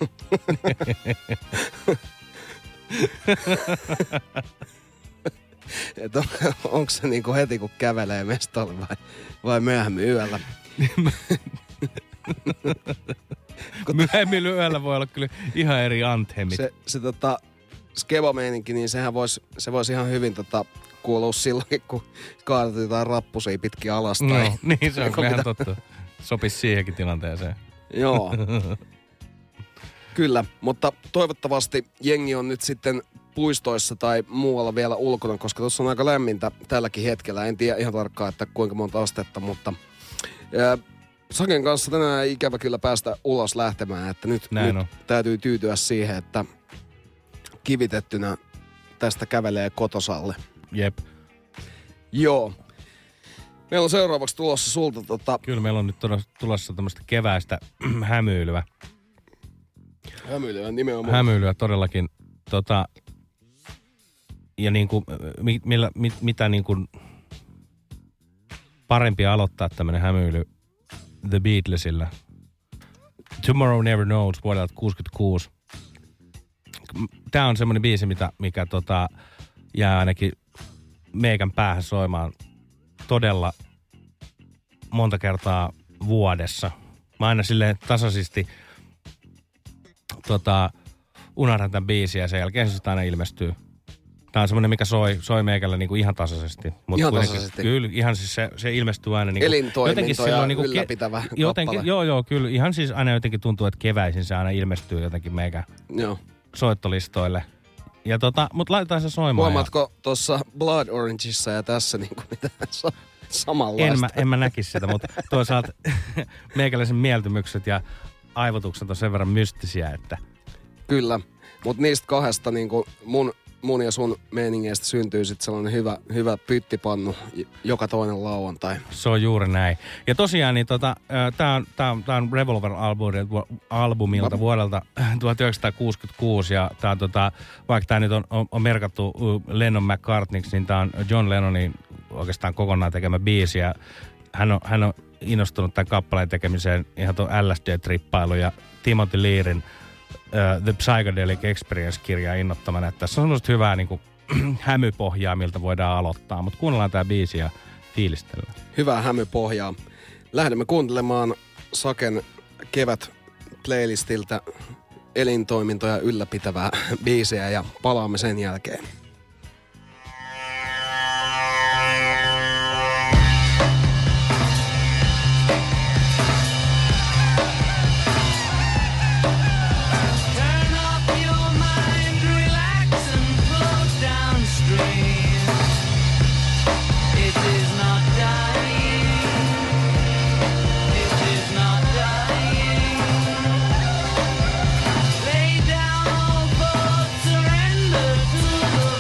Että onko se niinku heti, kun kävelee mestolle vai myöhemmin yöllä? Myöhemmin yöllä voi olla kyllä ihan eri anthemit. Se skeba-meininki, niin se voisi ihan hyvin kuulua silloin, kun kaadetaan jotain rappusia pitkin alas. No, niin se on ihan totta. Sopisi siihenkin tilanteeseen. Joo. Kyllä, mutta toivottavasti jengi on nyt sitten puistoissa tai muualla vielä ulkona, koska tuossa on aika lämmintä tälläkin hetkellä. En tiedä ihan tarkkaan, että kuinka monta astetta, mutta Saken kanssa tänään ikävä kyllä päästä ulos lähtemään, että nyt täytyy tyytyä siihen, että kivitettynä tästä kävelee kotosalle. Jep. Joo. Meillä on seuraavaksi tulossa sulta Kyllä meillä on nyt tulossa tämmöistä keväistä hämyilyä. Hämyilyä nimenomaan. Hämyilyä todellakin. Ja niinku, mitä niinku parempi aloittaa tämmönen hämyily The Beatlesilla. Tomorrow Never Knows vuodelta 1966. Tää on semmonen biisi, mikä jää ainakin meikän päähän soimaan todella monta kertaa vuodessa. Mä aina silleen tasaisesti unohdan tämän biisin ja sen jälkeen se sitten aina ilmestyy. Tää on semmonen, mikä soi meikällä niinku ihan tasaisesti. Ihan tasaisesti? Kyllä, ihan siis se ilmestyy aina niinku... Elintoiminto ja niinku ylläpitävä kappale. Joo, kyllä. Ihan siis aina jotenkin tuntuu, että keväisin se aina ilmestyy jotenkin meikä soittolistoille. Ja mut laitetaan se soimaan. Huomaatko tuossa Blood Orangeissa ja tässä niinku mitään samanlaista? En mä näkis sitä, mutta toisaalta meikäläisen mieltymykset ja aivotukset on sen verran mystisiä, että... Kyllä, mutta niistä kahdesta niinku mun ja sun meiningeistä syntyy sitten sellainen hyvä pyttipannu joka toinen lauantai. Se on juuri näin. Ja tosiaan, niin tää on Revolver-albumilta vuodelta 1966, ja tää on vaikka tää nyt on merkattu Lennon McCartneyksi, niin tää on John Lennonin oikeastaan kokonaan tekemä biisi, ja hän on innostunut tämän kappaleen tekemiseen ihan tuon LSD-trippailu ja Timothy Learin The Psychedelic Experience-kirjaa innottamana. Että tässä on semmoista hyvää niinku, hämypohjaa, miltä voidaan aloittaa. Mutta kuunnellaan tää biisi ja fiilistellään. Hyvää hämypohjaa. Lähdemme kuuntelemaan Saken kevät-playlistiltä elintoimintoja ylläpitävää biisiä ja palaamme sen jälkeen. Lay down all thoughts, surrender to the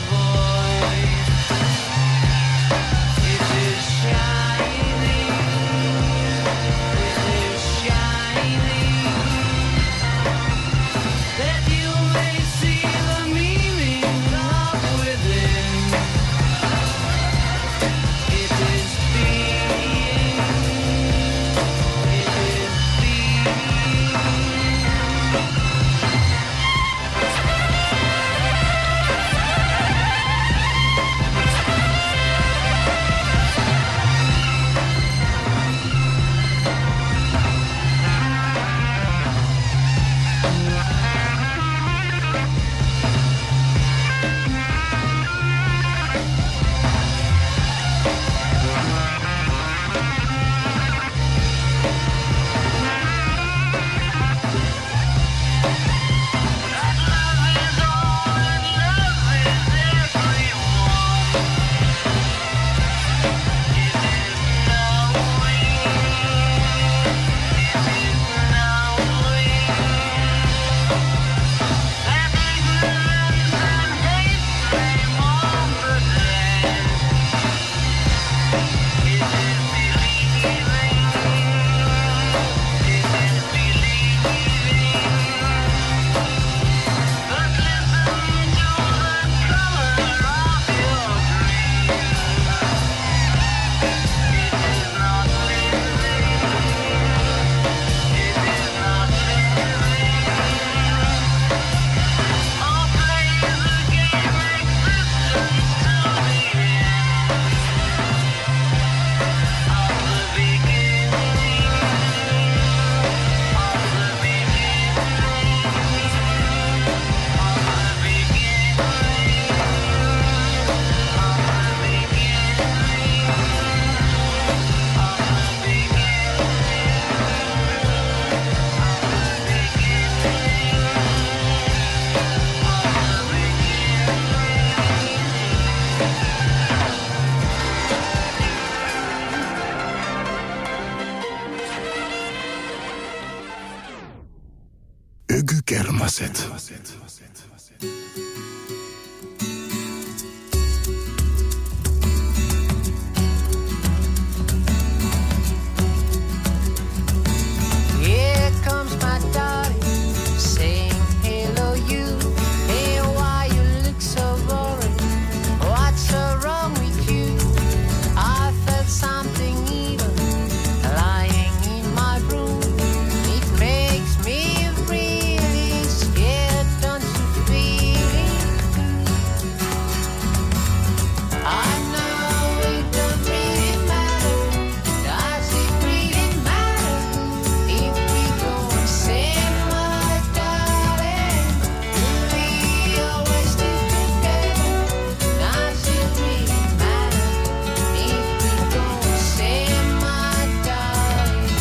Ökykermaset. Here comes my darling, saying hello you. Hey, why you look so worried? What's so wrong with you? I felt something evil lying in my room. It makes me really scared, don't you feel it? I know it don't really matter. Does it really matter if we go and say, my darling, will we always stick together? Does it really matter if we go and say, my darling?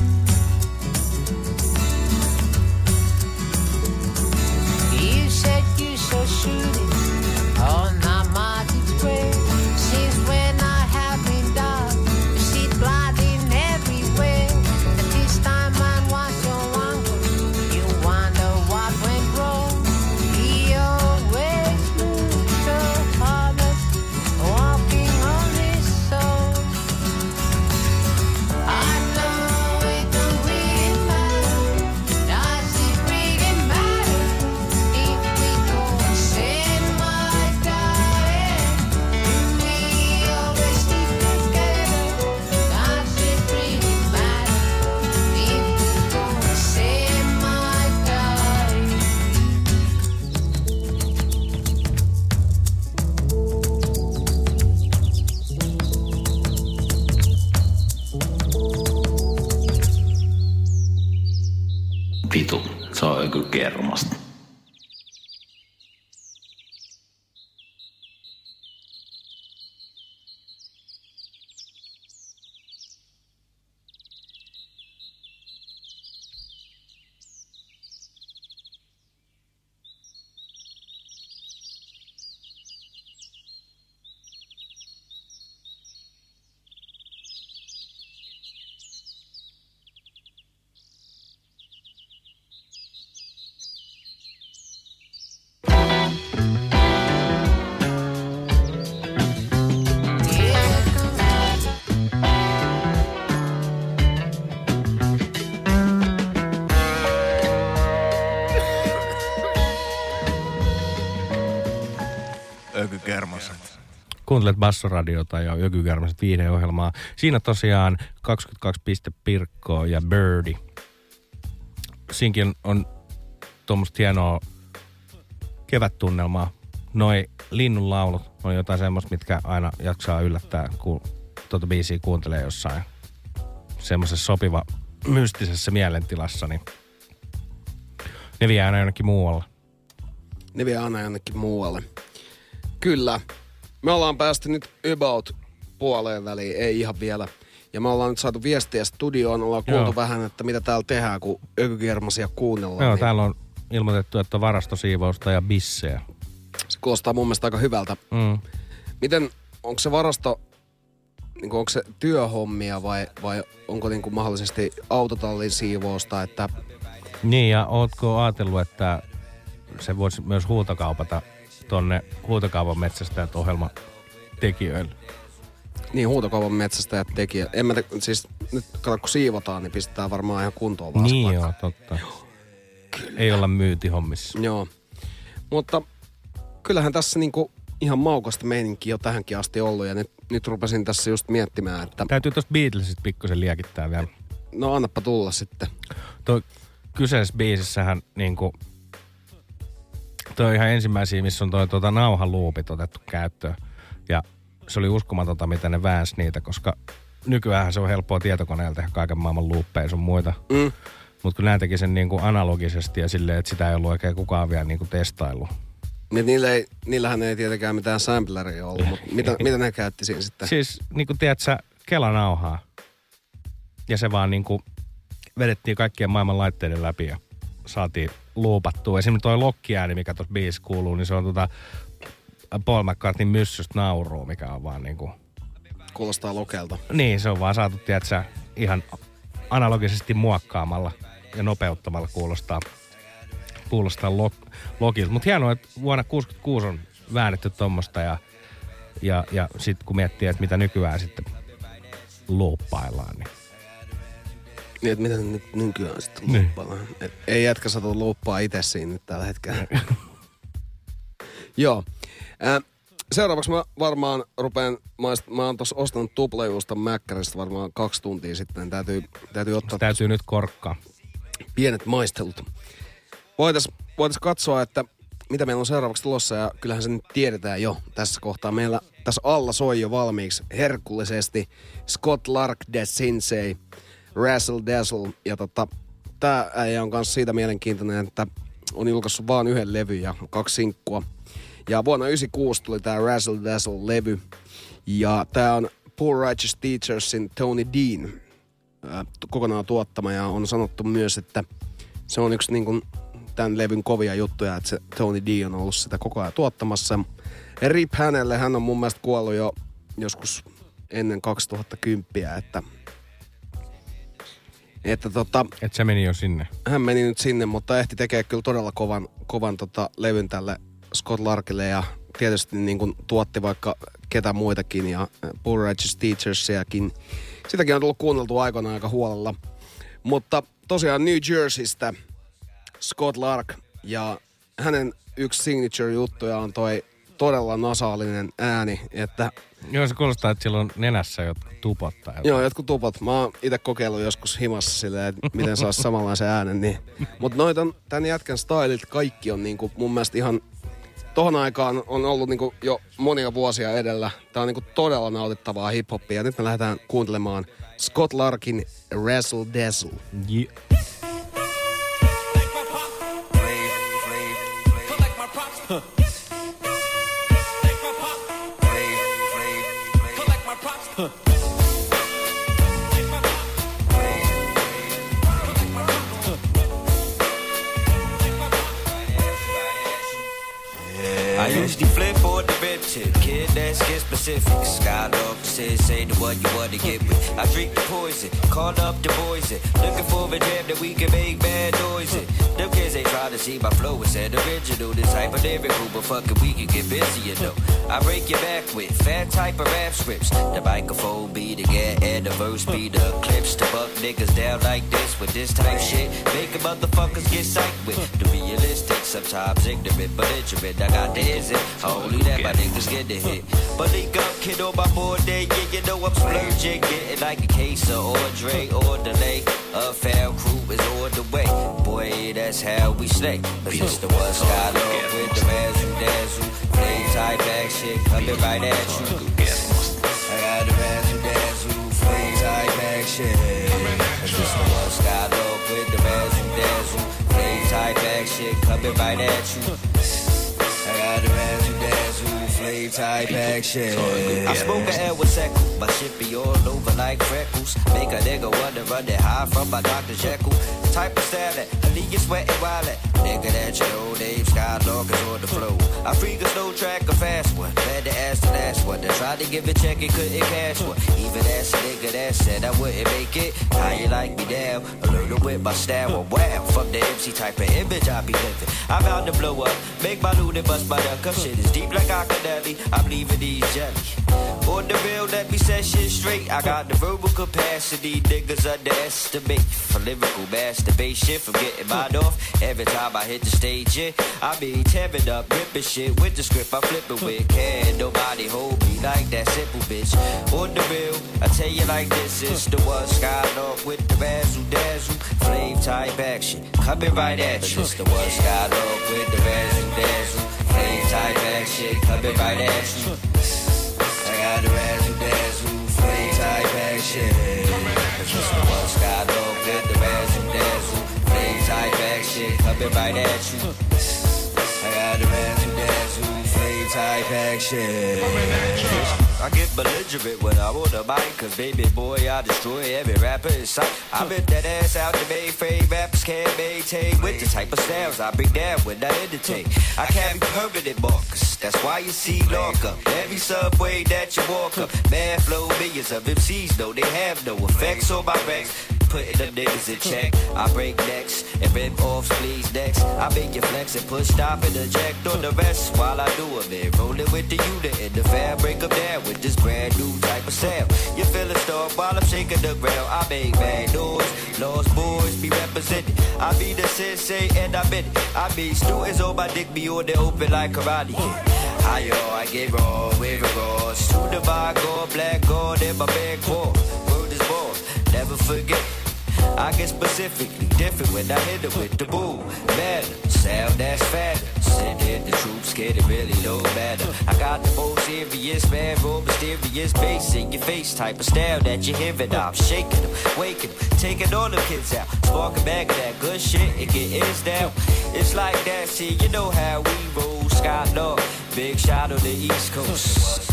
You said you saw shooting on the market square. Since when I have been down, you see blood in everywhere. And this time man was your uncle. You wonder what went wrong. He always looked so honest, walking on his soul. I know it don't really matter. Does it really matter if we go and say, my darling, we always stick together? Does it really matter if we go and say, my darling? Vitu, se on joku kermasta. Ökykermaset. Kuuntelet Bassoradiota ja Ökykermaset viihdeohjelmaa. Siinä tosiaan 22 piste Pirkkoa ja Birdie. Siinkin on tuommoista hienoa kevättunnelmaa. Noi linnunlaulut on jotain semmoista, mitkä aina jaksaa yllättää, kun tuota biisiä kuuntelee jossain semmoisessa sopiva mystisessä mielentilassa, niin ne vie aina jonnekin muualle. Ne vie aina jonnekin muualle. Kyllä. Me ollaan päästy nyt about puoleen väliin, ei ihan vielä. Ja me ollaan nyt saatu viestiä studioon, ollaan kuultu vähän, että mitä täällä tehdään, kun ökykermasia kuunnellaan. Joo, niin täällä on ilmoitettu, että varastosiivousta ja bissejä. se kuulostaa mun mielestä aika hyvältä. Miten, onko se varasto, niin onko se työhommia vai onko niin kuin mahdollisesti autotallin siivousta, että... Niin, ja ootko ajatellut, että se voisi myös huutokaupata tonne huutokaupan metsästäjät ohjelmatekijöille? Niin, huutokaupan metsästäjät tekijät. Siis nyt kato, kun siivotaan, niin pistetään varmaan ihan kuntoon vaan. Niin joo, totta. Ei olla myyntihommissa. Joo. Mutta kyllähän tässä niinku ihan maukasta meininkiä jo tähänkin asti ollut. Ja nyt rupesin tässä just miettimään, että... Täytyy tosta Beatlesista pikkusen liekittää vielä. No annappa tulla sitten. Tuo kyseisessä biisissähän niinku... Toi on ihan ensimmäisiä, missä on toi nauhaluupit otettu käyttöön. Ja se oli uskomatonta, miten ne väänsi niitä, koska nykyään se on helppoa tietokoneella tehdä kaiken maailman luuppeja sun muita. Mutta kun nämä teki sen niinku analogisesti ja silleen, että sitä ei ollut oikein kukaan vielä niinku testaillut. Niillähän ei tietenkään mitään sampleria ollut, mutta mitä ne käytti siinä sitten? Siis niinku tiedätkö, kelanauhaa. Ja se vaan niinku vedettiin kaikkien maailman laitteiden läpi ja saatiin luupattua. Esimerkiksi toi lokkiääni, mikä tuossa biisissä kuuluu, niin se on Paul McCartneyn myssystä nauruu, mikä on vaan niinku... Kuulostaa lokelta. Niin, se on vaan saatu, tiedätkö, ihan analogisesti muokkaamalla ja nopeuttamalla kuulostaa kuulostaa logilta. Mutta hienoa, että vuonna 1966 on väännetty tommosta ja sitten kun miettii, että mitä nykyään sitten looppaillaan, niin... Niin, että mitä nykyään sitten looppaillaan. Niin. Ei jätkä saatu looppaa itse siinä nyt tällä hetkellä. Joo. Seuraavaksi mä varmaan rupean, mä oon tossa ostanut tuplajuusta Mäkkäristä varmaan 2 tuntia sitten. Täytyy ottaa... Täytyy nyt korkkaa. Pienet maistelut. Voitais katsoa, että mitä meillä on seuraavaksi tulossa, ja kyllähän se nyt tiedetään jo tässä kohtaa. Meillä tässä alla soi jo valmiiksi herkullisesti Scott Lark, The Sensei, Razzle Dazzle, ja tää äijä on kanssa siitä mielenkiintoinen, että on julkaissut vaan 1 levy ja 2 sinkkua. Ja vuonna 1996 tuli tää Razzle Dazzle-levy, ja tää on Poor Righteous Teachersin Tony Dean kokonaan tuottama, ja on sanottu myös, että se on yksi niin kuin tämän levyn kovia juttuja, että se Tony D on ollut sitä koko ajan tuottamassa. Ja rip hänelle, hän on mun mielestä kuollut jo joskus ennen 2010, että se meni jo sinne. Hän meni nyt sinne, mutta ehti tekee kyllä todella kovan levyn tälle Scott Larkille, ja tietysti niin kuin tuotti vaikka ketä muitakin ja Poor Righteous Teachersiakin. Sitäkin on tullut kuunneltua aikoinaan aika huolella. Mutta tosiaan New Jerseystä Scott Lark, ja hänen yksi signature-juttuja on toi todella nasaalinen ääni, että... Joo, se kuulostaa, että sillä on nenässä jotkut tupot tai jotain. Joo, jotkut tupot. Mä oon itse kokeillut joskus himassa silleen, että miten saisi samanlaisen äänen. Niin. Mutta tän jätkän stylit kaikki on niinku mun mielestä ihan... Tohon aikaan on ollut niinku jo monia vuosia edellä. Tää on niinku todella nautittavaa hip-hoppia. Nyt me lähdetään kuuntelemaan Scott Larkin Razzle Dazzle. Yeah. I usually flip for the rip tip, kid that's get specific. Skylark says, say the one you wanna get with. I drink the poison, call up the boys, looking for a jam that we can make bad noises. Them kids ain't trying to see my flow, it's an original. This hyper lyrical, but fucking we can get busy, you know. I break your back with fat type of rap scripts. The microphone be the get and the verse be the clips. To buck niggas down like this with this type shit. Make motherfuckers get psyched with. The realistic, sometimes ignorant, but belligerent. I got the isn't. Only that my niggas get the hit. But link up, kid, on my board day. Yeah, you know I'm splurging. Getting like a case of Andre or delay. A fair crew is on the way. Boy, that's how we slay. But it's the one Skylark with the razzle dazzle. Play type action, coming right at you. I got the razzle dazzle, play type action. It's just the one Skylark with the razzle dazzle. Play type action, coming right at you. I got the razzle dazzle, flame type action. I smoke an air with Seckle, my shit be all over like freckles. Make a nigga wanna run that high from my Dr. Jekyll. Type of style that, I leave you sweating while that. Nigga that you know, Dave Skylark is on the flow. I freak a slow track, a fast one. Had to ask the last one. That tried to give a check and couldn't cash one. Even asked a nigga that said I wouldn't make it. How you like me now? I learned with my style. Wow, fuck the MC type of image I be living. I'm out to blow up, make my loot and bust my duck up. Shit is deep like Akadeli. I'm leaving these jelly. On the real, let me set shit straight. I got the verbal capacity, niggas underestimate. For lyrical masturbation, from getting mine off. Every time I hit the stage, yeah, I be tearing up, ripping shit with the script I'm flipping with. Can't nobody hold me like that simple bitch. On the real, I tell you like this, it's the one Skylark with the razzle dazzle, flame type action, coming right at you. It's the one Skylark with the razzle dazzle, flame type action, coming right at you. I got the razzle dazzle, flame type action. It's just the one Skylark with the razzle dazzle, flame type action, coming right at you. I got the razzle dazzle, flame type action. I get belligerent when I'm on the mic, cause baby boy, I destroy every rapper in sight. I rip that ass out the mainframe, rappers can't maintain with the type of styles I bring down when I entertain. I carry permanent markers, that's why you see longer. Every subway that you walk up, mad flow, millions of MCs know they have no effects on my ranks. putting them niggas in check. I break necks and rip off sleeves next. I make you flex and push stop and eject on the rest while I do a bit. Rolling with the unit in the fabric of down with this brand new type of sound. You feel it storm while I'm shaking the ground. I make bad noise, lost boys be represented. I be the sensei and I'm in it. I be students on my dick be on the open like karate. I get raw, with a raw. To the vibe, go black, gold in my bag core. Word is born, never forget. I get specifically different when I hit it with the boom. Man, sound that's fatter. Send in the troops, scared it really don't matter. I got the most serious, man, real mysterious bass in your face type of style that you hearing. I'm shaking them, waking them, taking all the kids out. Sparking back of that good shit, it get is down. It's like that, see, you know how we roll. Sky Lord, big shout on the East Coast.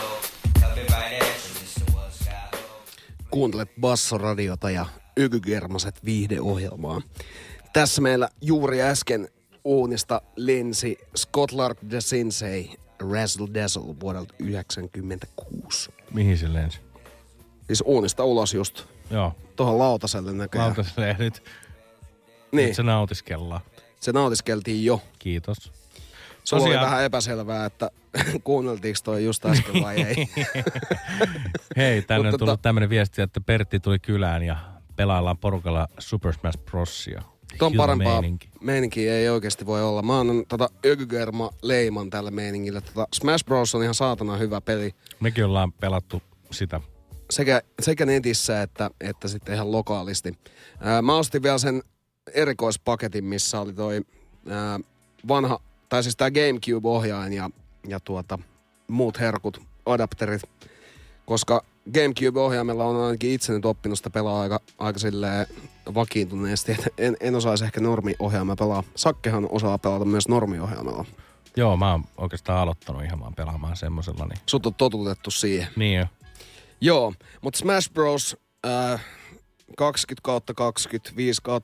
Kuuntelet Bassoradiota ja Ökygermaset viihdeohjelmaa. Tässä meillä juuri äsken uunista lensi Scott Lark the Sensei Razzle Dazzle vuodelta 1996. Mihin se lensi? Siis uunista ulos just. Joo. Tuohon lautaselle näköjään. Lautaselle nyt. Niin. Nyt se nautiskellaan. Se nautiskeltiin jo. Kiitos. Sulla oli vähän epäselvää, että kuunneltiinko toi just äsken vai ei. Hei, tänne on tullut tämmönen viesti, että Pertti tuli kylään ja pelaillaan porukalla Super Smash Brosia. Ton parempaa meininkiä ei oikeasti voi olla. Mä annan Ökygerma-leiman tälle meiningille. Smash Bros on ihan saatana hyvä peli. Mekin ollaan pelattu sitä. Sekä netissä että sitten ihan lokaalisti. Mä ostin vielä sen erikoispaketin, missä oli toi vanha, tai siis tää GameCube-ohjain ja muut herkut, adapterit. Koska GameCube-ohjaimella on ainakin itse nyt oppinut sitä pelaa aika silleen vakiintuneesti. En osaisi ehkä normiohjaimella pelaa. Sakkehan osaa pelata myös normiohjaimella. Joo, mä oon oikeastaan aloittanut ihan vaan pelaamaan semmosella. Niin. Sut on totutettu siihen. Niin jo. Joo, mutta Smash Bros. 20/20, 5/5,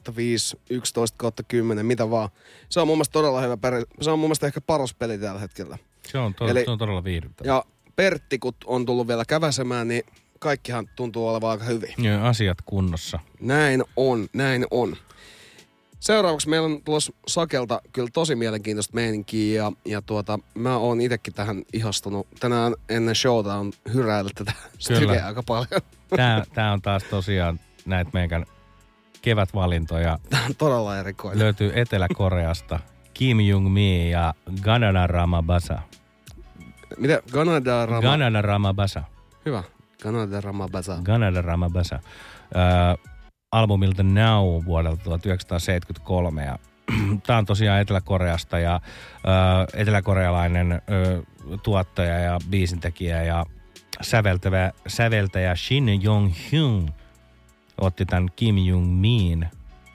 11/10, mitä vaan. Se on mun mielestä todella hyvä se on mun mielestä ehkä paras peli tällä hetkellä. Se on todella viihdyttävä. Ja Pertti, kun on tullut vielä käväsemään, niin kaikkihan tuntuu olevan aika hyvin. Joo, asiat kunnossa. Näin on. Seuraavaksi meillä on tulossa Sakelta kyllä tosi mielenkiintoista meininkiä ja mä oon itekin tähän ihastunut. Tänään ennen showta on hyräillyt tätä stykeä aika paljon. Tää on taas tosiaan näitä meidän kevätvalintoja. Tää on todella erikoinen. Löytyy Etelä-Koreasta Kim Jung-mi ja Ganana Ramabasa. Mitä? Ganana Ramabasa. Hyvä. Ganana Ramabasa. Ganana Ramabasa. Albumilta Now vuodelta 1973. Ja tää on tosiaan Etelä-Koreasta ja eteläkorealainen tuottaja ja biisintekijä ja säveltäjä Shin Jong-hyun otti tämän Kim Jung-min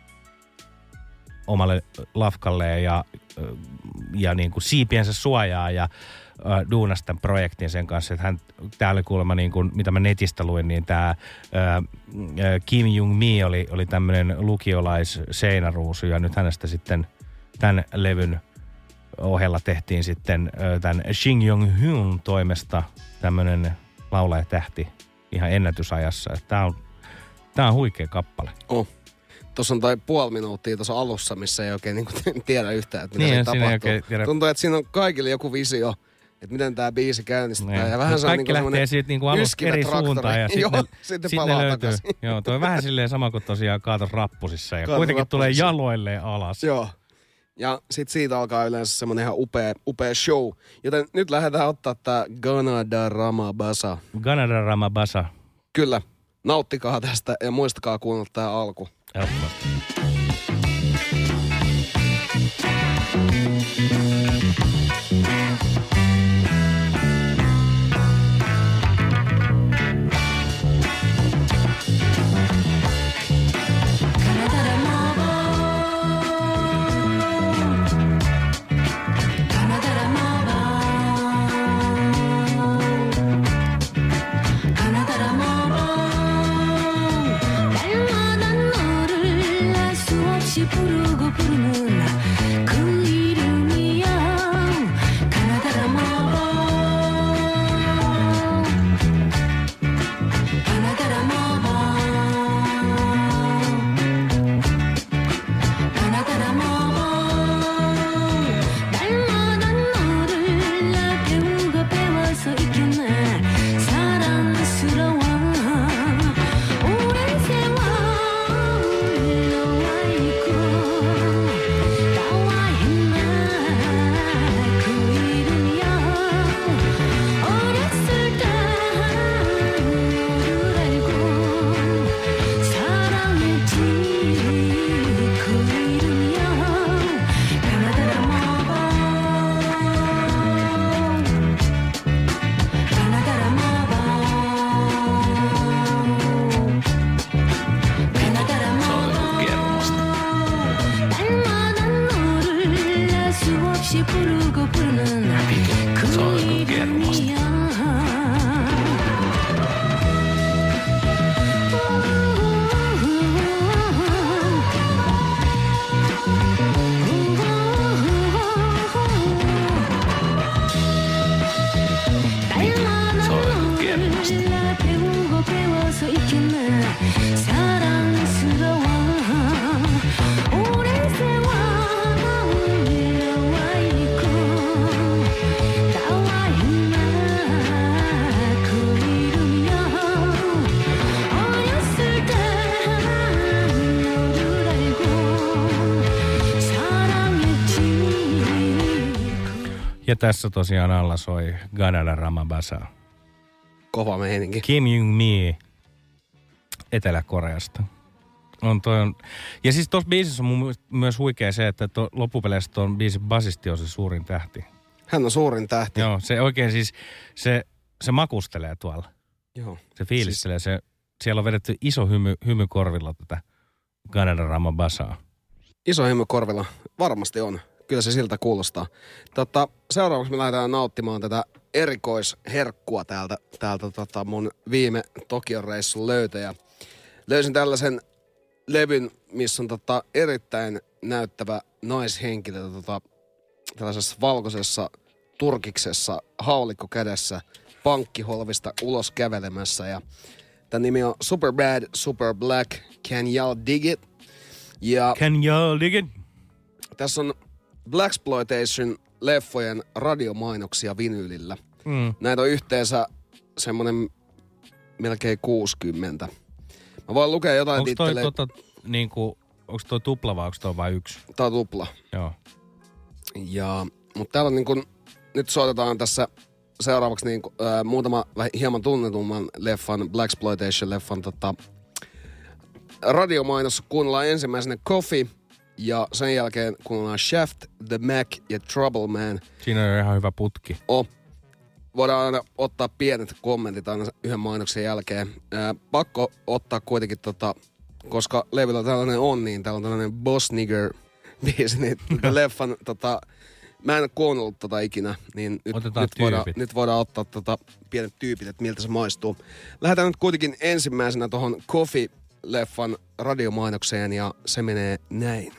omalle lafkalleen ja niin kuin siipiensä suojaa ja duunasi tämän projektin sen kanssa, että tää oli kuulemma niin kuin, mitä mä netistä luin, niin tää Kim Jung-mi oli tämmönen lukiolais-seinäruusu ja nyt hänestä sitten tämän levyn ohella tehtiin sitten tämän Shin Jong-hyun toimesta tämmönen laulajatähti ihan ennätysajassa. Tää on huikea kappale. Tuossa on tai puoli minuuttia tuossa alussa, missä ei oikein niin tiedä yhtään, että mitä siinä tapahtuu. Tuntuu, että siinä on kaikille joku visio, että miten tää biisi käynnistetään. Ja vähän kaikki lähtee siitä niinku alusta eri suuntaan ja sitten palaa löytyy. Joo, toi vähän silleen sama kuin tosiaan Kaatos Rappusissa ja kuitenkin tulee jaloilleen alas. Joo. Ja sit siitä alkaa yleensä semmonen ihan upea show. Joten nyt lähdetään ottaa tää Ganada Ramabasa. Ganada Ramabasa. Kyllä. Nauttikaa tästä ja muistakaa kuunnella tää alku. Ehdottomasti. 부르고 부르는 그 이름이야 가나다라 마법 수없이 부르고 부르는 그 이름이야. 배우고 배워서 있겠네. 사랑스러워 오랜 세월 밀려와 있고 나와 있나 그 이름이야. 어렸을 때 너를 알고 사랑했지. Ja tässä tosiaan alla soi Ganada Ramabasa. Kova meininki. Kim Jung-mi Etelä-Koreasta. Ja siis tuossa biisissä on myös huikea se, että loppupeleissä tuon biisin basisti on se suurin tähti. Hän on suurin tähti. Joo, se oikein siis, se makustelee tuolla. Joo. Se fiilistelee. Siellä on vedetty iso hymy korvilla tätä Ganada Ramabasaa. Iso hymy korvilla. Varmasti on. Kyllä se siltä kuulostaa. Seuraavaksi me lähdetään nauttimaan tätä erikoisherkkua täältä mun viime Tokion reissun löytöjä. Löysin tällaisen levyn, missä on erittäin näyttävä naishenkilö tällaisessa valkoisessa turkiksessa, haulikko kädessä, pankkiholvista ulos kävelemässä. Ja tämän nimi on Super Bad, Super Black, Can Y'all Dig It? Ja Can Y'all Dig It? Tässä on Blaxploitation leffojen radiomainoksia vinyylillä. Näitä on yhteensä semmonen melkein 60. Mä voin lukea jotain titteleitä. Onko toi tupla vai onko toi vain yksi? Tää on tupla. Joo. Mutta täällä on nyt soitetaan tässä seuraavaksi muutama hieman tunnetumman leffan, Blaxploitation-leffan radiomainos. Kuunnellaan ensimmäisenä Coffee. Ja sen jälkeen kuunnellaan Shaft, The Mac ja Trouble Man. Siinä on ihan hyvä putki. Voidaan aina ottaa pienet kommentit aina yhden mainoksen jälkeen. Pakko ottaa kuitenkin, koska levyllä tällainen on, niin täällä on tällainen Boss Nigger biisi, niin leffan, mä en ole kuunnellut ikinä, niin nyt voidaan ottaa pienet tyypit, että miltä se maistuu. Lähdetään nyt kuitenkin ensimmäisenä tohon Coffee-leffan radiomainokseen ja se menee näin.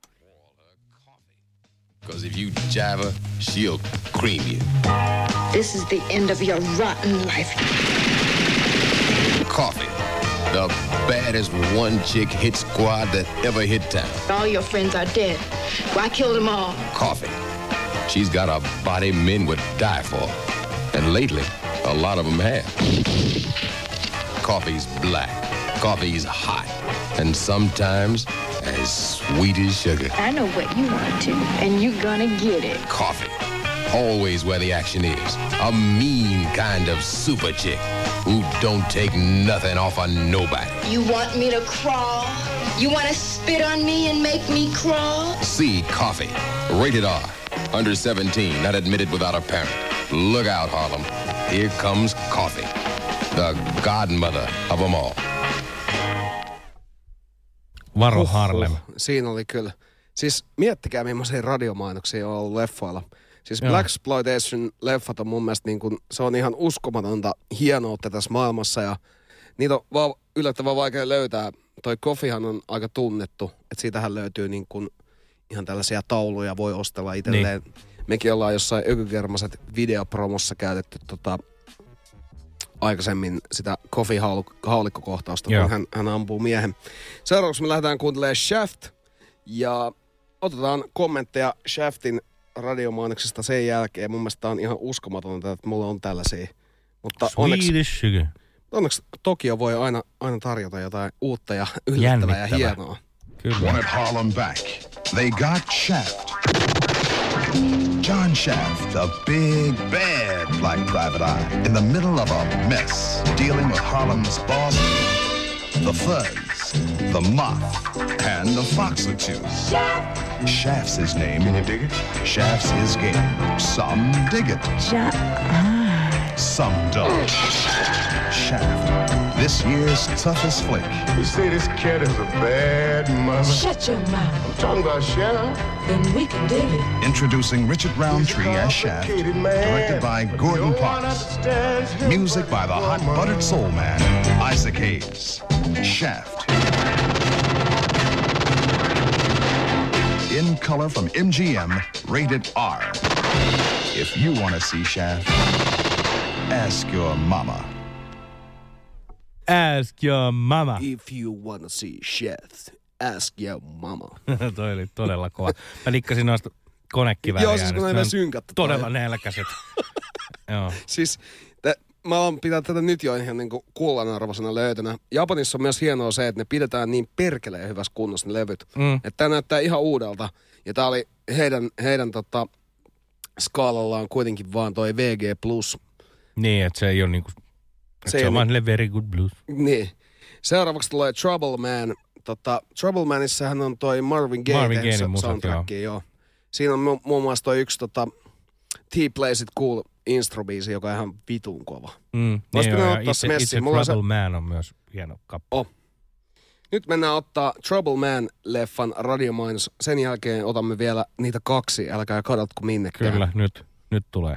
Because if you jive her, she'll cream you. This is the end of your rotten life. Coffee. The baddest one chick hit squad that ever hit town. All your friends are dead. Why kill them all? Coffee. She's got a body men would die for. And lately, a lot of them have. Coffee's black. Coffee's hot. And sometimes as sweet as sugar. I know what you want to, and you're gonna get it. Coffee. Always where the action is. A mean kind of super chick who don't take nothing off of nobody. You want me to crawl? You want to spit on me and make me crawl? See Coffee. Rated R. Under 17, not admitted without a parent. Look out, Harlem. Here comes Coffee. The godmother of them all. Varo Harlem. Siinä oli kyllä. Siis miettikää, millaisia radiomainoksia on ollut leffoilla. Siis Blaxploitation-leffat on mun mielestä se on ihan uskomatonta hienoutta tässä maailmassa ja niitä on vaan yllättävän vaikea löytää. Toi Coffeehan on aika tunnettu, että siitähän löytyy ihan tällaisia tauluja voi ostella itselleen. Niin. Mekin ollaan jossain Ökykermaset videopromossa käytetty aikaisemmin sitä Coffee-haulikkokohtausta, kun hän ampuu miehen. Seuraavaksi me lähdetään kuuntelemaan Shaft ja otetaan kommentteja Shaftin radiomainoksesta sen jälkeen. Mun mielestä on ihan uskomatonta, että mulla on tällaisia. Mutta onneksi Tokio voi aina tarjota jotain uutta ja yllättävää ja hienoa. Kyllä. Wanted Harlem back. They got Shaft. John Shaft, a big, bad black private eye, in the middle of a mess, dealing with Harlem's boss, the Fuzz, the Moth, and the Foxatoos. Shaft's his name. Can you dig it? Shaft's his game. Some dig it. some dough. Shaft, this year's toughest flick. You say this cat is a bad mother? Shut your mouth. I'm talking about Shaft. Then we can dig it. Introducing Richard Roundtree as Shaft, directed by Gordon Parks. Music by the hot buttered soul man, Isaac Hayes. Shaft. In color from MGM, rated R. If you want to see Shaft, ask your mama. Ask your mama. If you wanna see Shaft, ask your mama. Toi oli todella kova. Mä dikkasin noista konekivääriä. Joo, siis kun on synkattu. Todella nälkäiset. Joo. Siis mä alan pitää tätä nyt jo ihan niinku kullanarvoisena löytönä. Japanissa on myös hienoa se, että ne pidetään niin perkeleen hyvässä kunnossa ne levyt. Että tää näyttää ihan uudelta. Ja tää oli heidän skaalallaan kuitenkin vaan toi VG+. Niin, että se ei ole niinku... Se on vaan very good blues. Niin. Seuraavaksi tulee Trouble Man. Trouble Manissahan on toi Marvin Gaye soundtrack. Joo. Siinä on muun muassa toi yksi T-Plays It Cool intro-biisi, joka on ihan vitun kova. Niin joo, It's a Trouble Man on myös hieno kappale. Nyt mennään ottaa Trouble Man-leffan radiomainos. Sen jälkeen otamme vielä niitä kaksi. Älkää kadotko minnekään. Kyllä, nyt tulee.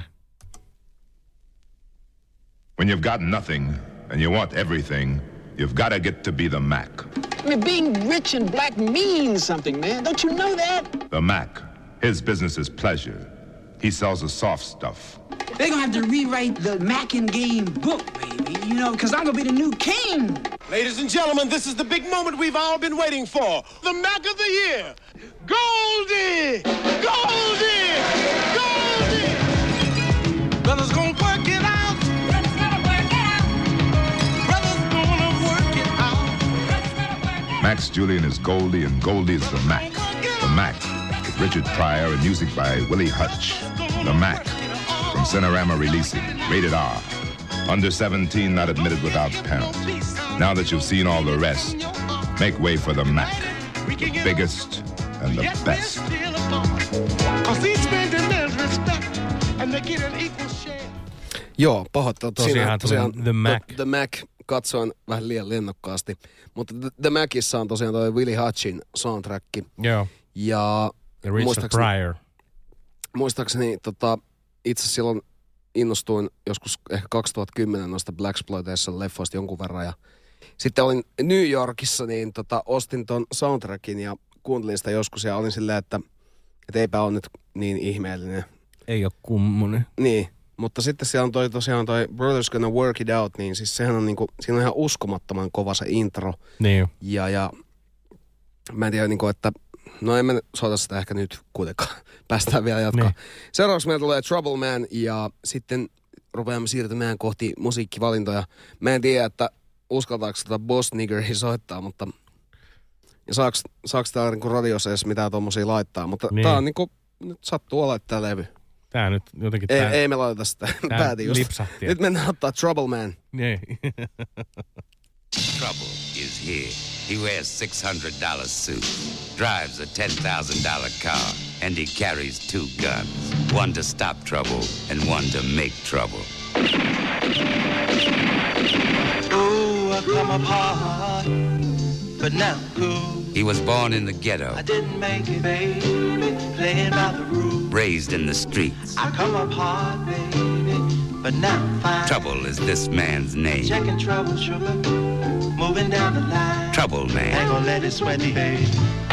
When you've got nothing and you want everything, you've got to get to be the Mac. I mean, being rich and black means something, man. Don't you know that? The Mac. His business is pleasure. He sells the soft stuff. They're gonna have to rewrite the Mac and Game book, baby. You know, because I'm gonna be the new king. Ladies and gentlemen, this is the big moment we've all been waiting for. The Mac of the Year. Goldie! Goldie! Goldie! Brothers gonna work it out. Brothers gonna work it out. Brothers gonna work it out. Max Julian is Goldie and Goldie is the Mac. The Mac with Richard Pryor and music by Willie Hutch. The Mac from Cinerama Releasing, rated R. Under 17, not admitted without parent. Now that you've seen all the rest, make way for the Mac. The biggest and the best. Joo, pahoittelut. Tosiaan The Mac. The Mac katsoin vähän liian lennokkaasti. Mutta The Macissa on tosiaan toi Willie Hutchin soundtrack. Joo. Ja Richard Pryor. Muistaakseni itse silloin innostuin joskus ehkä 2010 noista Blaxploitation-leffoista jonkun verran. Ja sitten olin New Yorkissa, niin ostin ton soundtrackin ja kuuntelin sitä joskus ja olin silleen, että eipä ole nyt niin ihmeellinen. Ei ole kummonen. Niin, mutta sitten siellä on tosiaan toi Brothers Gonna Work It Out, niin siis sehän on niinku, siinä on ihan uskomattoman kova se intro. Niin. Ja mä en tiedä niinku, että no en mä soita sitä ehkä nyt kuitenkaan. Päästään vielä jatkaa. Niin. Seuraavaksi meillä tulee Trouble Man ja sitten rupeamme siirtymään kohti musiikkivalintoja. Mä en tiedä, että uskaltaako Boss Niggeria soittaa, mutta ja saako täällä niinku radiossa edes mitään tommosia laittaa. Mutta niin. Tää on niinku, nyt sattuu olla tää levy. Tää nyt jotenkin... Ei me laiteta sitä. Päätin just. Lipsahti. Nyt mennään ottaa Trouble Man. Niin. Trouble is here. He wears $600 suit, drives a $10,000 car, and he carries 2 guns. One to stop trouble and one to make trouble. Oh, I come apart, but now who? He was born in the ghetto. I didn't make it, baby, playing by the rules. Raised in the streets. I come apart, baby, but now fine. Trouble is this man's name. Checking trouble, sugar, moving down the line. Trouble man. Ain't gonna let it sweat me, baby.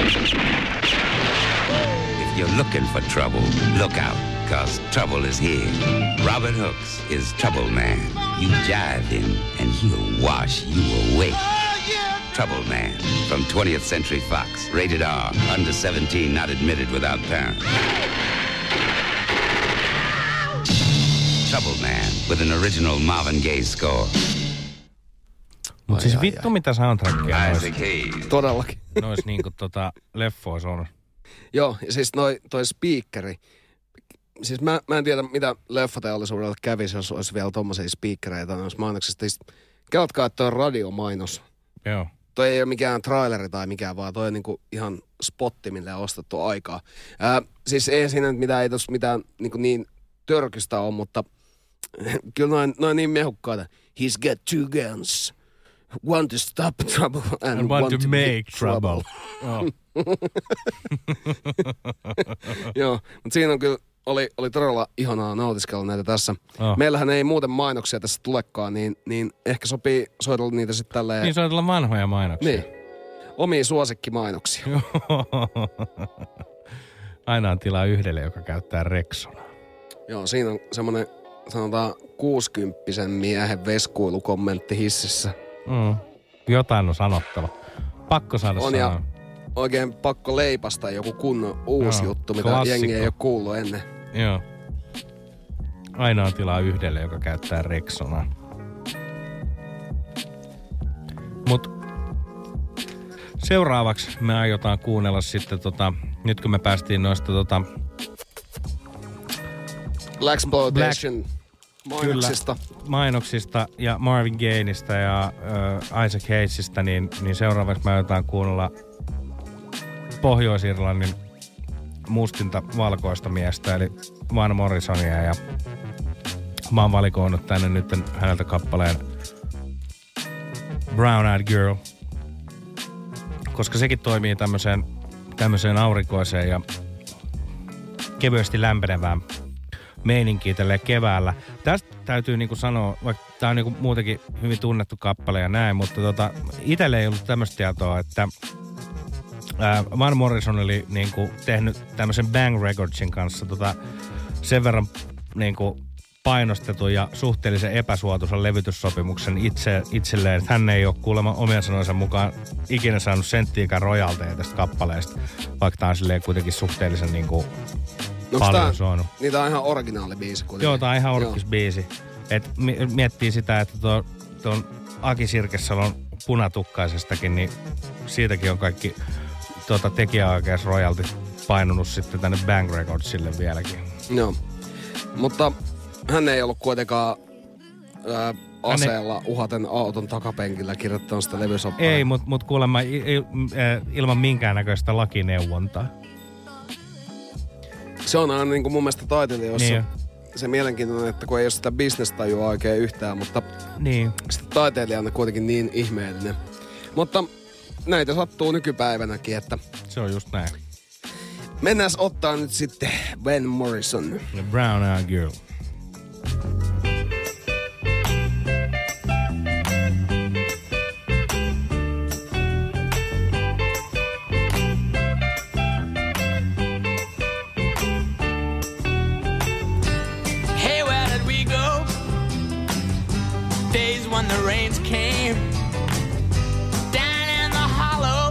If you're looking for trouble, look out, 'cause trouble is here. Robert Hooks is Trouble Man. You jive him and he'll wash you away. Trouble Man from 20th Century Fox. Rated R. Under 17, not admitted without parent. Trouble Man with an original Marvin Gaye score. Mut siis vittu mitä soundtrackia nois. Todellakin. Nois niinku leffois on. Joo, siis toi speakeri. Siis mä en tiedä mitä leffateollisuudelle kävisi, jos olisi vielä tommosia speakereita noissa mainoksissa. Kelatkaa, että toi on radiomainos. Joo. Toi ei ole mikään traileri tai mikään, vaan toi on niinku ihan spotti, millä on ostettu aikaa. Siis ei siinä mitään, ei tossa mitään niin törkystä ole, mutta Kyllä noin niin mehukkaita. He's got 2 guns. One to stop trouble and one to make trouble. Oh. Joo, mutta siinä on kyllä, oli todella ihanaa nautiskella näitä tässä. Oh. Meillähän ei muuten mainoksia tässä tulekaan, niin ehkä sopii soitella niitä sitten tälleen. Niin soitella vanhoja mainoksia. Niin. Omia suosikkimainoksia. Aina on tilaa yhdelle, joka käyttää Rexonaa. Joo, siinä on semmoinen, sanotaan 60-vuotiaan miehen veskuilukommentti hississä. Jotain on sanottava. Pakko saada on sanoa. Ja oikein pakko leipasta joku kunnon uusi juttu, mitä klassikko. jengi ei ole kuullut ennen. Joo. Aina on tilaa yhdelle, joka käyttää Rexonaa. Mut seuraavaksi me aiotaan kuunnella sitten nyt kun me päästiin noista Blaxploitation mainoksista. Kyllä, mainoksista ja Marvin Gayeista ja Isaac Hayesista, niin seuraavaksi me aiotaan kuunnella Pohjois-Irlannin mustinta valkoista miestä, eli Van Morrisonia, ja mä oon valikoinut tänne nyt häneltä kappaleen Brown Eyed Girl, koska sekin toimii tämmöiseen aurinkoiseen ja kevyesti lämpenevään meininkiä tälleen keväällä. Tästä täytyy niinku sanoa, vaikka tää on niinku muutenkin hyvin tunnettu kappale ja näin, mutta itselle ei ollut tämmöistä tietoa, että Van Morrison oli niinku tehnyt tämmöisen Bang Recordsin kanssa sen verran niinku painostetun ja suhteellisen epäsuotuisan levytyssopimuksen itselleen, että hän ei ole kuulemma omien sanojensa mukaan ikinä saanut senttiäkään rojalteja tästä kappaleesta, vaikka tää on silleen kuitenkin suhteellisen niinku paljon suonut. Niitä on ihan originaalibiisi kuitenkin. Joo, tää on ihan orkisbiisi. Et miettii sitä, että tuon Aki Sirkesalon Punatukkaisestakin, niin siitäkin on kaikki tekijäoikeus royaltit painunut sitten tänne Bang Recordsille vieläkin. Joo, mutta hän ei ollut kuitenkaan aseella uhaten auton takapenkillä kirjoittanut sitä levysoppaa. Ei, mutta kuulemma ilman minkäännäköistä lakineuvontaa. Se on aina niin kuin mun mielestä taiteilijoissa niin. Se mielenkiintoinen, että kun ei ole sitä bisnestajua oikein yhtään, mutta niin. Sitten taiteilijana kuitenkin niin ihmeellinen. Mutta näitä sattuu nykypäivänäkin, että se on just näin. Mennään ottaa nyt sitten Van Morrison. The Brown Eyed Girl. Hey, where did we go? Days when the rains came down in the hollow,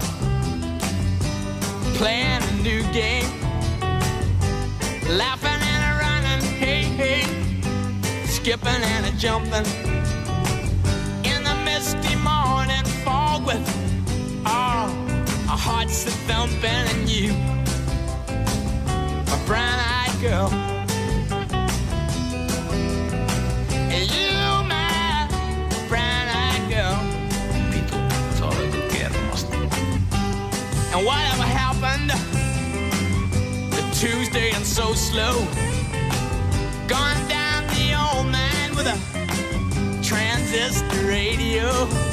playing a new game, laughing and a running, hey, hey, skipping and a jumping in the misty morning fog with our hearts a thumping, and you, my brown-eyed girl, and you, my brown-eyed girl. Vitu, se on joku kermasta. And whatever happened to Tuesday and so slow, gone down the old man with a transistor radio,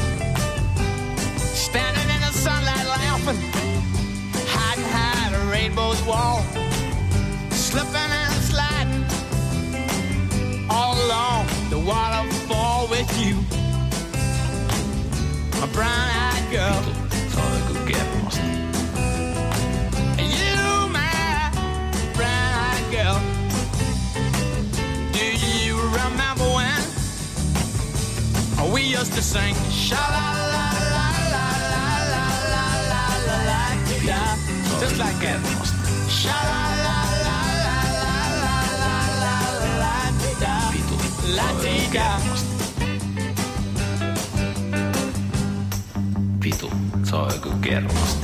standing in the sunlight laughing, hiding behind a rainbow's wall, slipping and sliding all along the waterfall with you, a brown-eyed girl. Vitu, se on joku kermasta. You, my brown-eyed girl. Do you remember when we used to sing sha-la-la-la-la-la-la-la-la-la-la-la, just like that. Sha-la-la-la-la-la-la-la-la-la-la-la-la. Vitu, se on joku kermasta.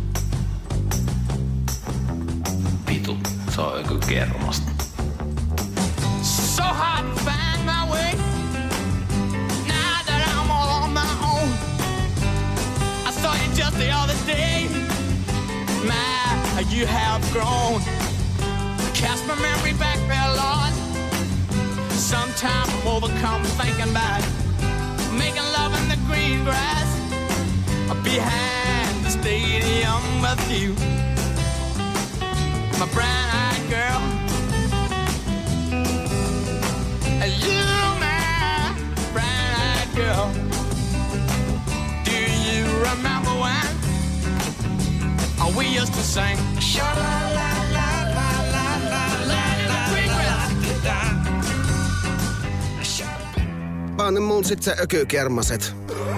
Vitu, se on joku kermasta. So hard to find my way now that I'm all on my own. I saw you just the other day. My, you have grown. Cast my memory back there, Lord. Sometime I'm overcome thinking about making love in the green grass behind the stadium with you, my brown-eyed girl. You, my brown-eyed girl. Do you remember when we used to sing? Vaan mun sit se ökykermaset.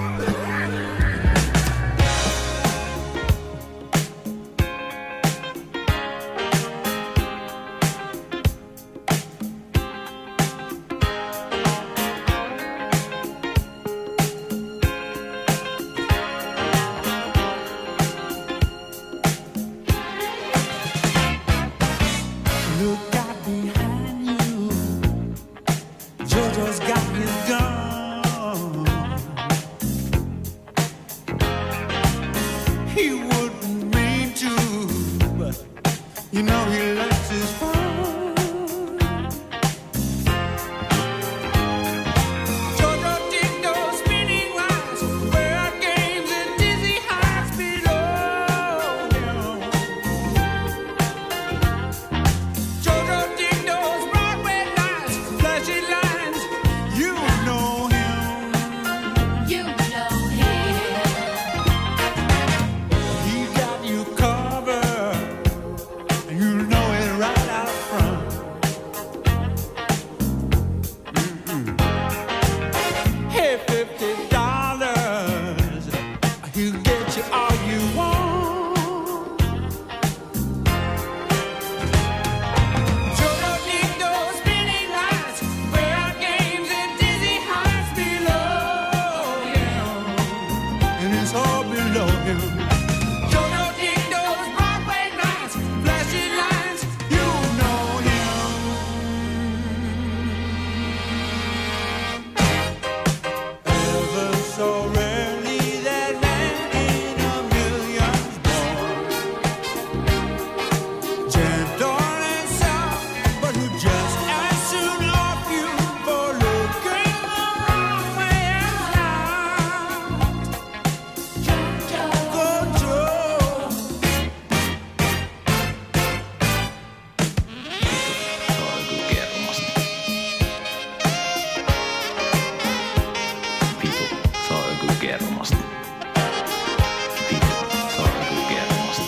Look out behind you. Jojo's got his gun. He wouldn't mean to, but you know he likes his fun. Jojo did those spinning lines, where games and dizzy heights below him. Jojo did those Broadway lines, flashy lines. You know him. You know him. He got you covered, and you know it right out front. Hey, $50, he'll get you all you want. Jojo did those spinning lights, where games and dizzy heights below him, and it's all below him. Jojo did those Broadway nights, flashy lines, you know him. Ever so rarely that man in a million's born. Gentle and soft, but who just as soon off you for looking the wrong way and out. Jojo. Vitu, se on joku kermasta. Vitu, se on joku kermasta.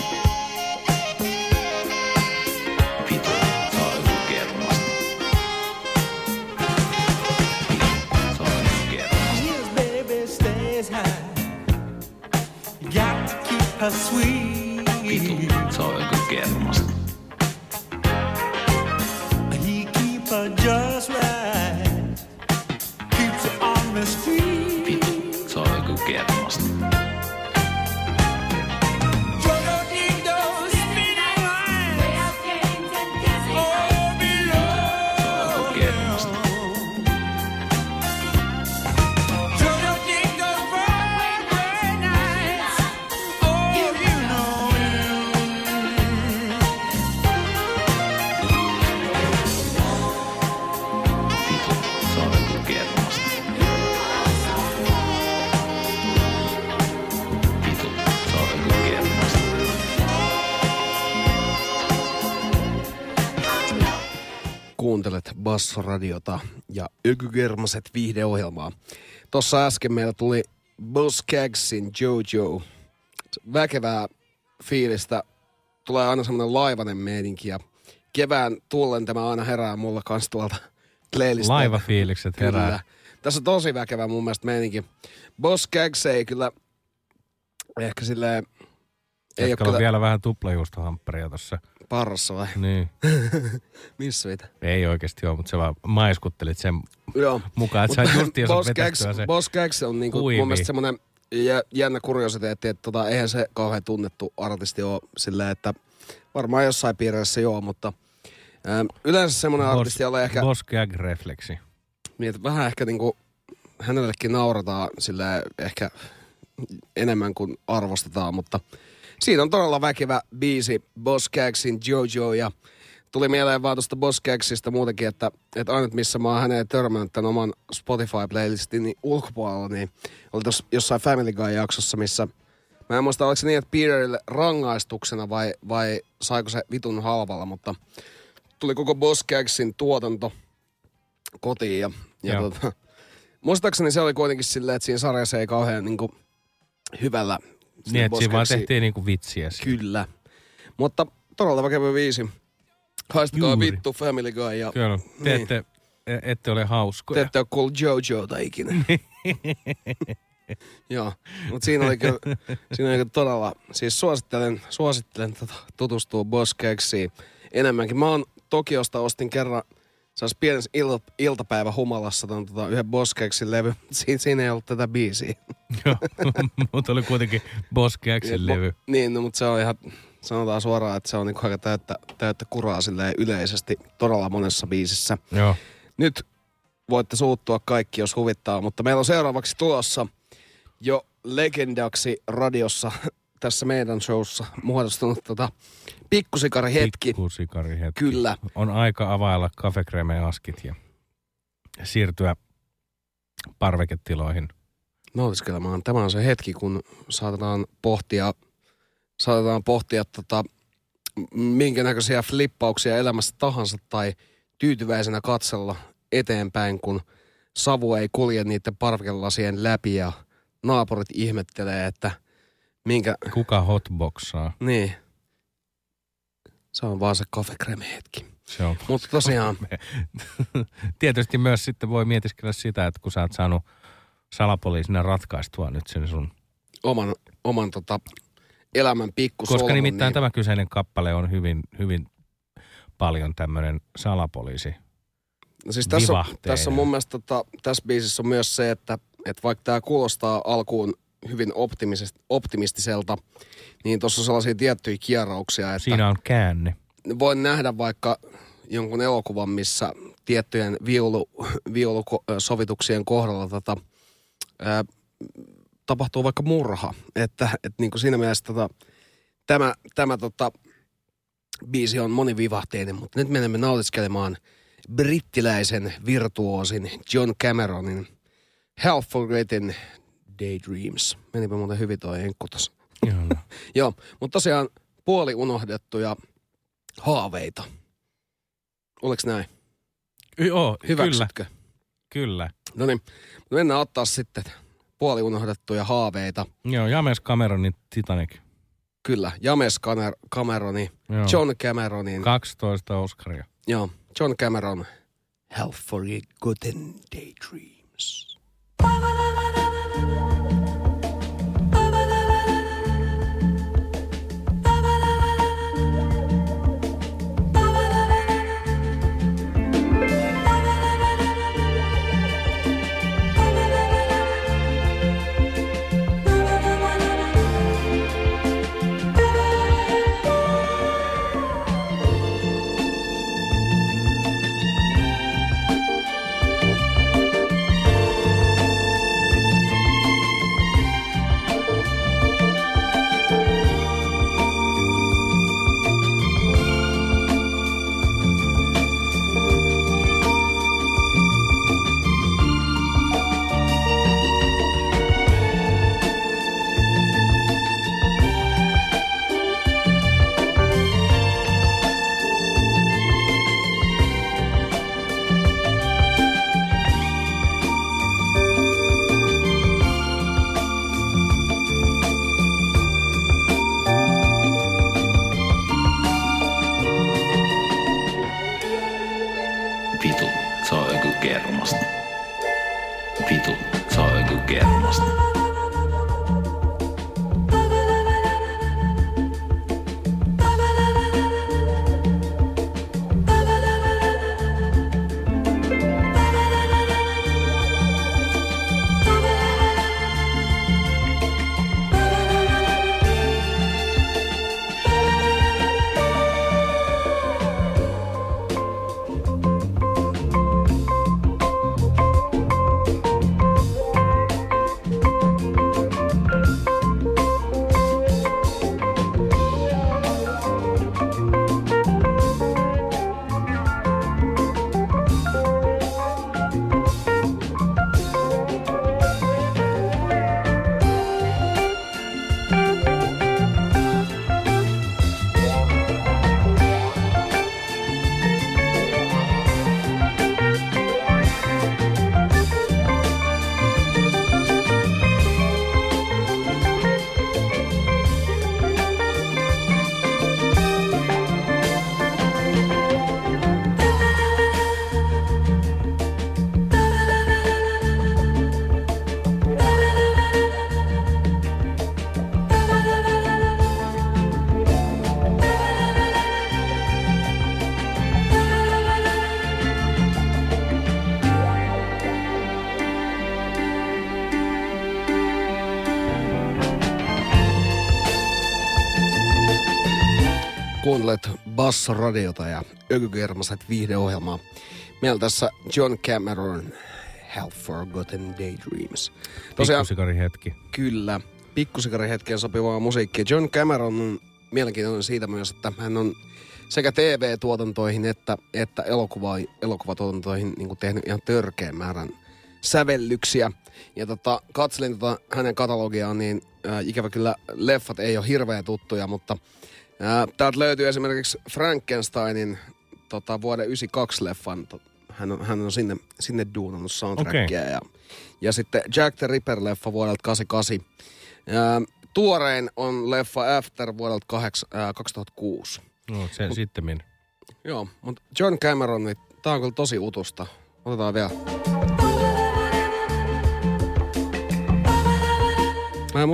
Vitu, se on joku kermasta. Vitu, se on joku kermasta. His baby stays high. You got to keep her sweet. Vitu, se on joku kermasta. He keep her just right. Keeps her on the street. Vitu, se on joku kermasta. Jojo did those spinning lines. All below. Kermasta. Jojo did those Broadway nights. Oh, you know him. Vitu, se on joku kermasta. Vitu, se on joku kermasta. Kuuntelet Bassoradiota ja Ökygermaset viihdeohjelmaa. Tossa äsken meillä tuli Boss Skagsin Jojo. Väkevää fiilistä. Tulee aina semmonen laivanen meininki ja kevään tullen tämä aina herää mulla kans tuolta playlistista. Laivafiilikset herää. Kyllä. Tässä on tosi väkevä mun mielestä meininki. Boss Skags ei kyllä ehkä silleen... Ei Jätkällä on vielä vähän tuplajuustohampparia tossa. Parrassa vai? Niin. Missä mitä? Ei oikeesti oo, mutta sä vaan maiskuttelit sen Joo. mukaan, että sä justiinsa vetettyä se Boss Skags on niinku mun mielestä semmonen jännä kuriositeetti, että eihän se kauhean tunnettu artisti ole silleen, että varmaan jossain piirissä joo, mutta yleensä semmonen artisti, jolla ehkä... Boss Skag-refleksi. Niin, että vähän ehkä niinku hänellekin naurataan silleen ehkä enemmän kuin arvostetaan, mutta siinä on todella väkevä biisi Boss Skagsin Jojo ja tuli mieleen vaan tuosta Boss Keksistä muutenkin, että ainut missä mä oon häneen törmännyt tämän oman Spotify-playlistin ulkopuolella, niin oli tuossa jossain Family Guy-jaksossa, missä mä en muista, oliko se niin, että Peterille rangaistuksena vai saiko se vitun halvalla, mutta tuli koko Boss Keksin tuotanto kotiin ja muistaakseni se oli kuitenkin silleen, että siinä sarjassa ei kauhean niinku hyvällä. Niin, että siinä vaan tehtiin niinku vitsiä. Kyllä. Mutta todella väkevä biisi. Haistakaa vittu Family Guy. Ja, kyllä, niin. ette ole hauskoja. Te ette ole kuullut JoJota ikinä. Joo, mutta siinä oli kyllä todella, siis suosittelen tutustua Boss Keksiin enemmänkin. Mä oon Tokiosta ostin kerran sellaisessa pienessä iltapäivähumalassa yhden Boss Keksin levy. Siinä ei ollut tätä biisiä. Joo, mutta oli kuitenkin Boss Keksin levy. Niin, no, mutta se on ihan, sanotaan suoraan, että se on niinku aika täyttä kuraa silleen yleisesti todella monessa biisissä. Joo. Nyt voitte suuttua kaikki, jos huvittaa, mutta meillä on seuraavaksi tulossa jo legendaksi radiossa tässä meidän showssa muodostunut pikkusikarihetki. Pikkusikarihetki. Kyllä. On aika availla kafekreemeen askit ja siirtyä parveketiloihin. Nautiskelemaan. Tämä on se hetki, kun saatetaan pohtia minkä näköisiä flippauksia elämässä tahansa tai tyytyväisenä katsella eteenpäin, kun savu ei kulje niiden parvekelasien läpi ja naapurit ihmettelee, että kuka hotboxaa? Niin. Se on vaan se kafekreeme-hetki. Se on. Mutta tosiaan. Tietysti myös sitten voi mietiskellä sitä, että kun sä oot saanut salapoliisina ratkaistua nyt sen sun oman elämän pikkusolmun. Koska nimittäin niin tämä kyseinen kappale on hyvin, hyvin paljon tämmöinen salapoliisi. No siis tässä on mun mielestä tässä biisissä on myös se, että vaikka tämä kuulostaa alkuun hyvin optimistiselta, niin tuossa on sellaisia tiettyjä kierrouksia, että siinä on käänne. Voin nähdä vaikka jonkun elokuvan, missä tiettyjen viulusovituksien kohdalla tapahtuu vaikka murha. Että niin kuin siinä mielessä tämä biisi on monivivahteinen, mutta nyt menemme nautiskelemaan brittiläisen virtuoosin John Cameronin Half-Forgotten Daydreams. Menipä muuten hyvin toi enkku tossa. Joo, mutta tosiaan puoli unohdettuja haaveita. Oliko näin? Joo, hyväksytkö? Kyllä. No niin, mennään ottaa sitten puoli unohdettuja haaveita. Joo, James Cameronin Titanic. Kyllä, James Cameronin, John Cameronin. 12 Oscaria. Joo, John Cameron, Half-Forgotten Daydreams. Vitu, se on joku kermasta. Vitu, se on joku kermasta. Kuuntelet Basso-radiota ja Ökykermaset viihdeohjelmaa. Meillä tässä John Cameron, Half Forgotten Daydreams. Pikkusikarihetki. Kyllä. Pikkusikarihetkeen sopivaa musiikkia. John Cameron on mielenkiintoinen siitä myös, että hän on sekä TV-tuotantoihin että elokuvatuotantoihin niin kuin tehnyt ihan törkeän määrän sävellyksiä. Ja katselin hänen katalogiaan, niin ikävä kyllä leffat ei ole hirveän tuttuja, mutta täältä löytyy esimerkiksi Frankensteinin vuoden 92 leffan. Hän on sinne duunannut soundtrackia. Okay. Ja sitten Jack the Ripper-leffa vuodelta 88. Tuorein on leffa After vuodelta 2006. No, se sittemmin. Joo, mutta John Cameron, niin tää on kyllä tosi utusta. Otetaan vielä. Mä en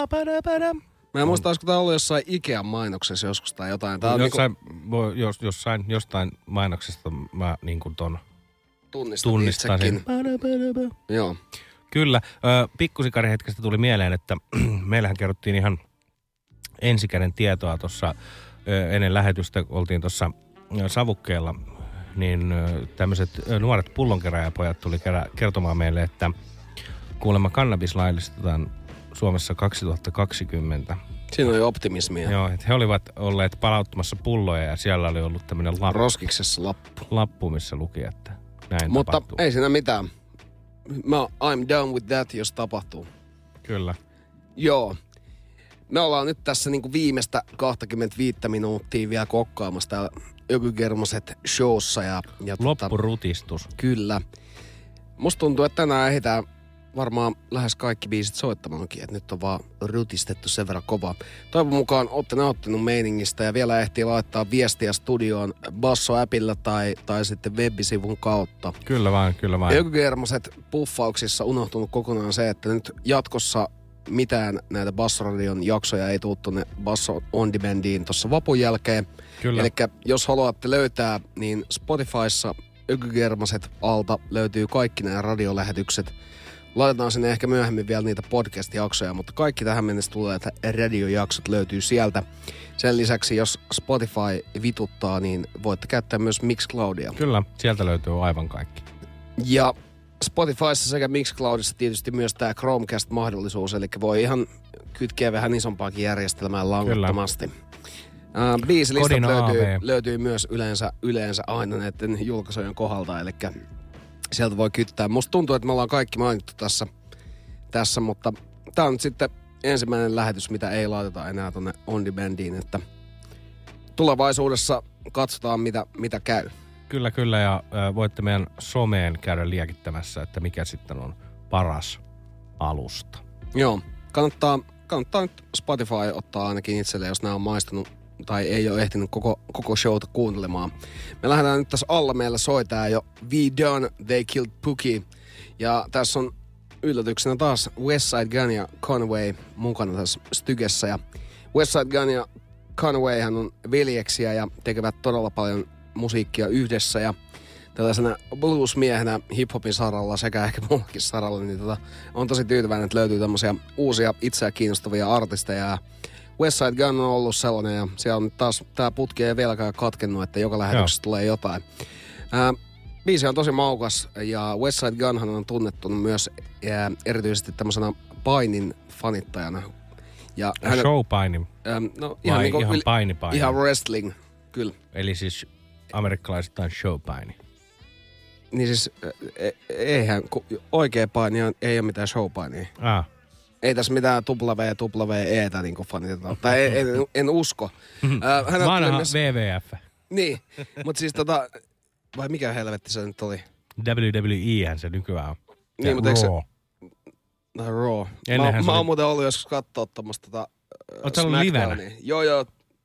muista, olisiko tää ollut jossain Ikean mainoksessa joskus tai jotain. Tää on jostain mainoksesta mä niin kuin ton tunnistasin. Joo. Kyllä. Pikkusikarihetkestä tuli mieleen, että meillähän kerrottiin ihan ensikäden tietoa tuossa ennen lähetystä, oltiin tuossa savukkeella, niin tämmöiset nuoret pullonkeräjäpojat tuli kertomaan meille, että kuulemma kannabis laillistetaan Suomessa 2020. Siinä oli optimismia. Joo, että he olivat olleet palauttamassa pulloja ja siellä oli ollut tämmöinen roskiksessa lappu. Lappu, missä luki, että näin mutta tapahtuu. Ei siinä mitään. I'm done with that, jos tapahtuu. Kyllä. Joo. Me ollaan nyt tässä niinku viimeistä 25 minuuttia vielä kokkaamassa täällä Ökykermaset showssa. Ja loppurutistus. Kyllä. Musta tuntuu, että tänään ehditään varmaan lähes kaikki biisit soittamaankin, että nyt on vaan rutistettu sen verran kovaa. Toivon mukaan olette nauttinut meiningistä ja vielä ehtii laittaa viestiä studioon Basso-appilla tai sitten web-sivun kautta. Kyllä vain. Ökykermaset puffauksissa unohtunut kokonaan se, että nyt jatkossa mitään näitä Basso-radion jaksoja ei tuu tuonne Basso On Demandiin tuossa vapun jälkeen. Kyllä. Elikkä jos haluatte löytää, niin Spotifyssa Ökykermaset alta löytyy kaikki nämä radiolähetykset. Laitetaan sinne ehkä myöhemmin vielä niitä podcast-jaksoja, mutta kaikki tähän mennessä tulee, että radiojaksot löytyy sieltä. Sen lisäksi, jos Spotify vituttaa, niin voitte käyttää myös Mixcloudia. Kyllä, sieltä löytyy aivan kaikki. Ja Spotifyssa sekä Mixcloudissa tietysti myös tämä Chromecast-mahdollisuus, eli voi ihan kytkeä vähän isompaakin järjestelmään langattomasti. Biisilistat löytyy myös yleensä aina näiden julkaisujen kohdalta, eli sieltä voi kyttää. Musta tuntuu, että me ollaan kaikki mainittu tässä, mutta tää on nyt sitten ensimmäinen lähetys, mitä ei laiteta enää tonne On Demandiin, että tulevaisuudessa katsotaan, mitä käy. Kyllä, ja voitte meidän someen käydä liekittämässä, että mikä sitten on paras alusta. Joo, kannattaa nyt Spotify ottaa ainakin itselleen, jos nämä on maistunut tai ei ole ehtinyt koko showta kuuntelemaan. Me lähdetään nyt tässä alla, meillä soi tää jo We Done, They Killed Pookie. Ja tässä on yllätyksenä taas Westside Gun ja Conway mukana tässä stykessä. Ja Westside Gun ja Conway hän on veljeksiä ja tekevät todella paljon musiikkia yhdessä. Ja tällaisena bluesmiehenä hiphopin saralla sekä ehkä muullakin saralla, niin on tosi tyytyväinen, että löytyy tämmöisiä uusia itseä kiinnostavia artisteja. Ja Westside Gun on ollut sellainen ja siellä on taas tää putki ei vieläkään katkennut, että joka lähetyksessä tulee jotain. Biisi on tosi maukas ja Westside Gunhan on tunnettu myös erityisesti tämmöisenä painin fanittajana. Ja showpaini. No ihan paini. Ihan wrestling, kyllä. Eli siis amerikkalaisittain showpaini. Niin siis eihän oikea paini ei ole mitään showpainia. Ei tässä mitään WWEtä niin kuin fanitetaan. Tai en usko. Vanha myös WWF. Niin, mutta siis vai mikä helvetti se nyt oli? WWEhän se nykyään on. Niin, mutta eikö se Raw. Mä oon muuten ollut joskus kattoo tommoista Ootko ollut livenä? Joo.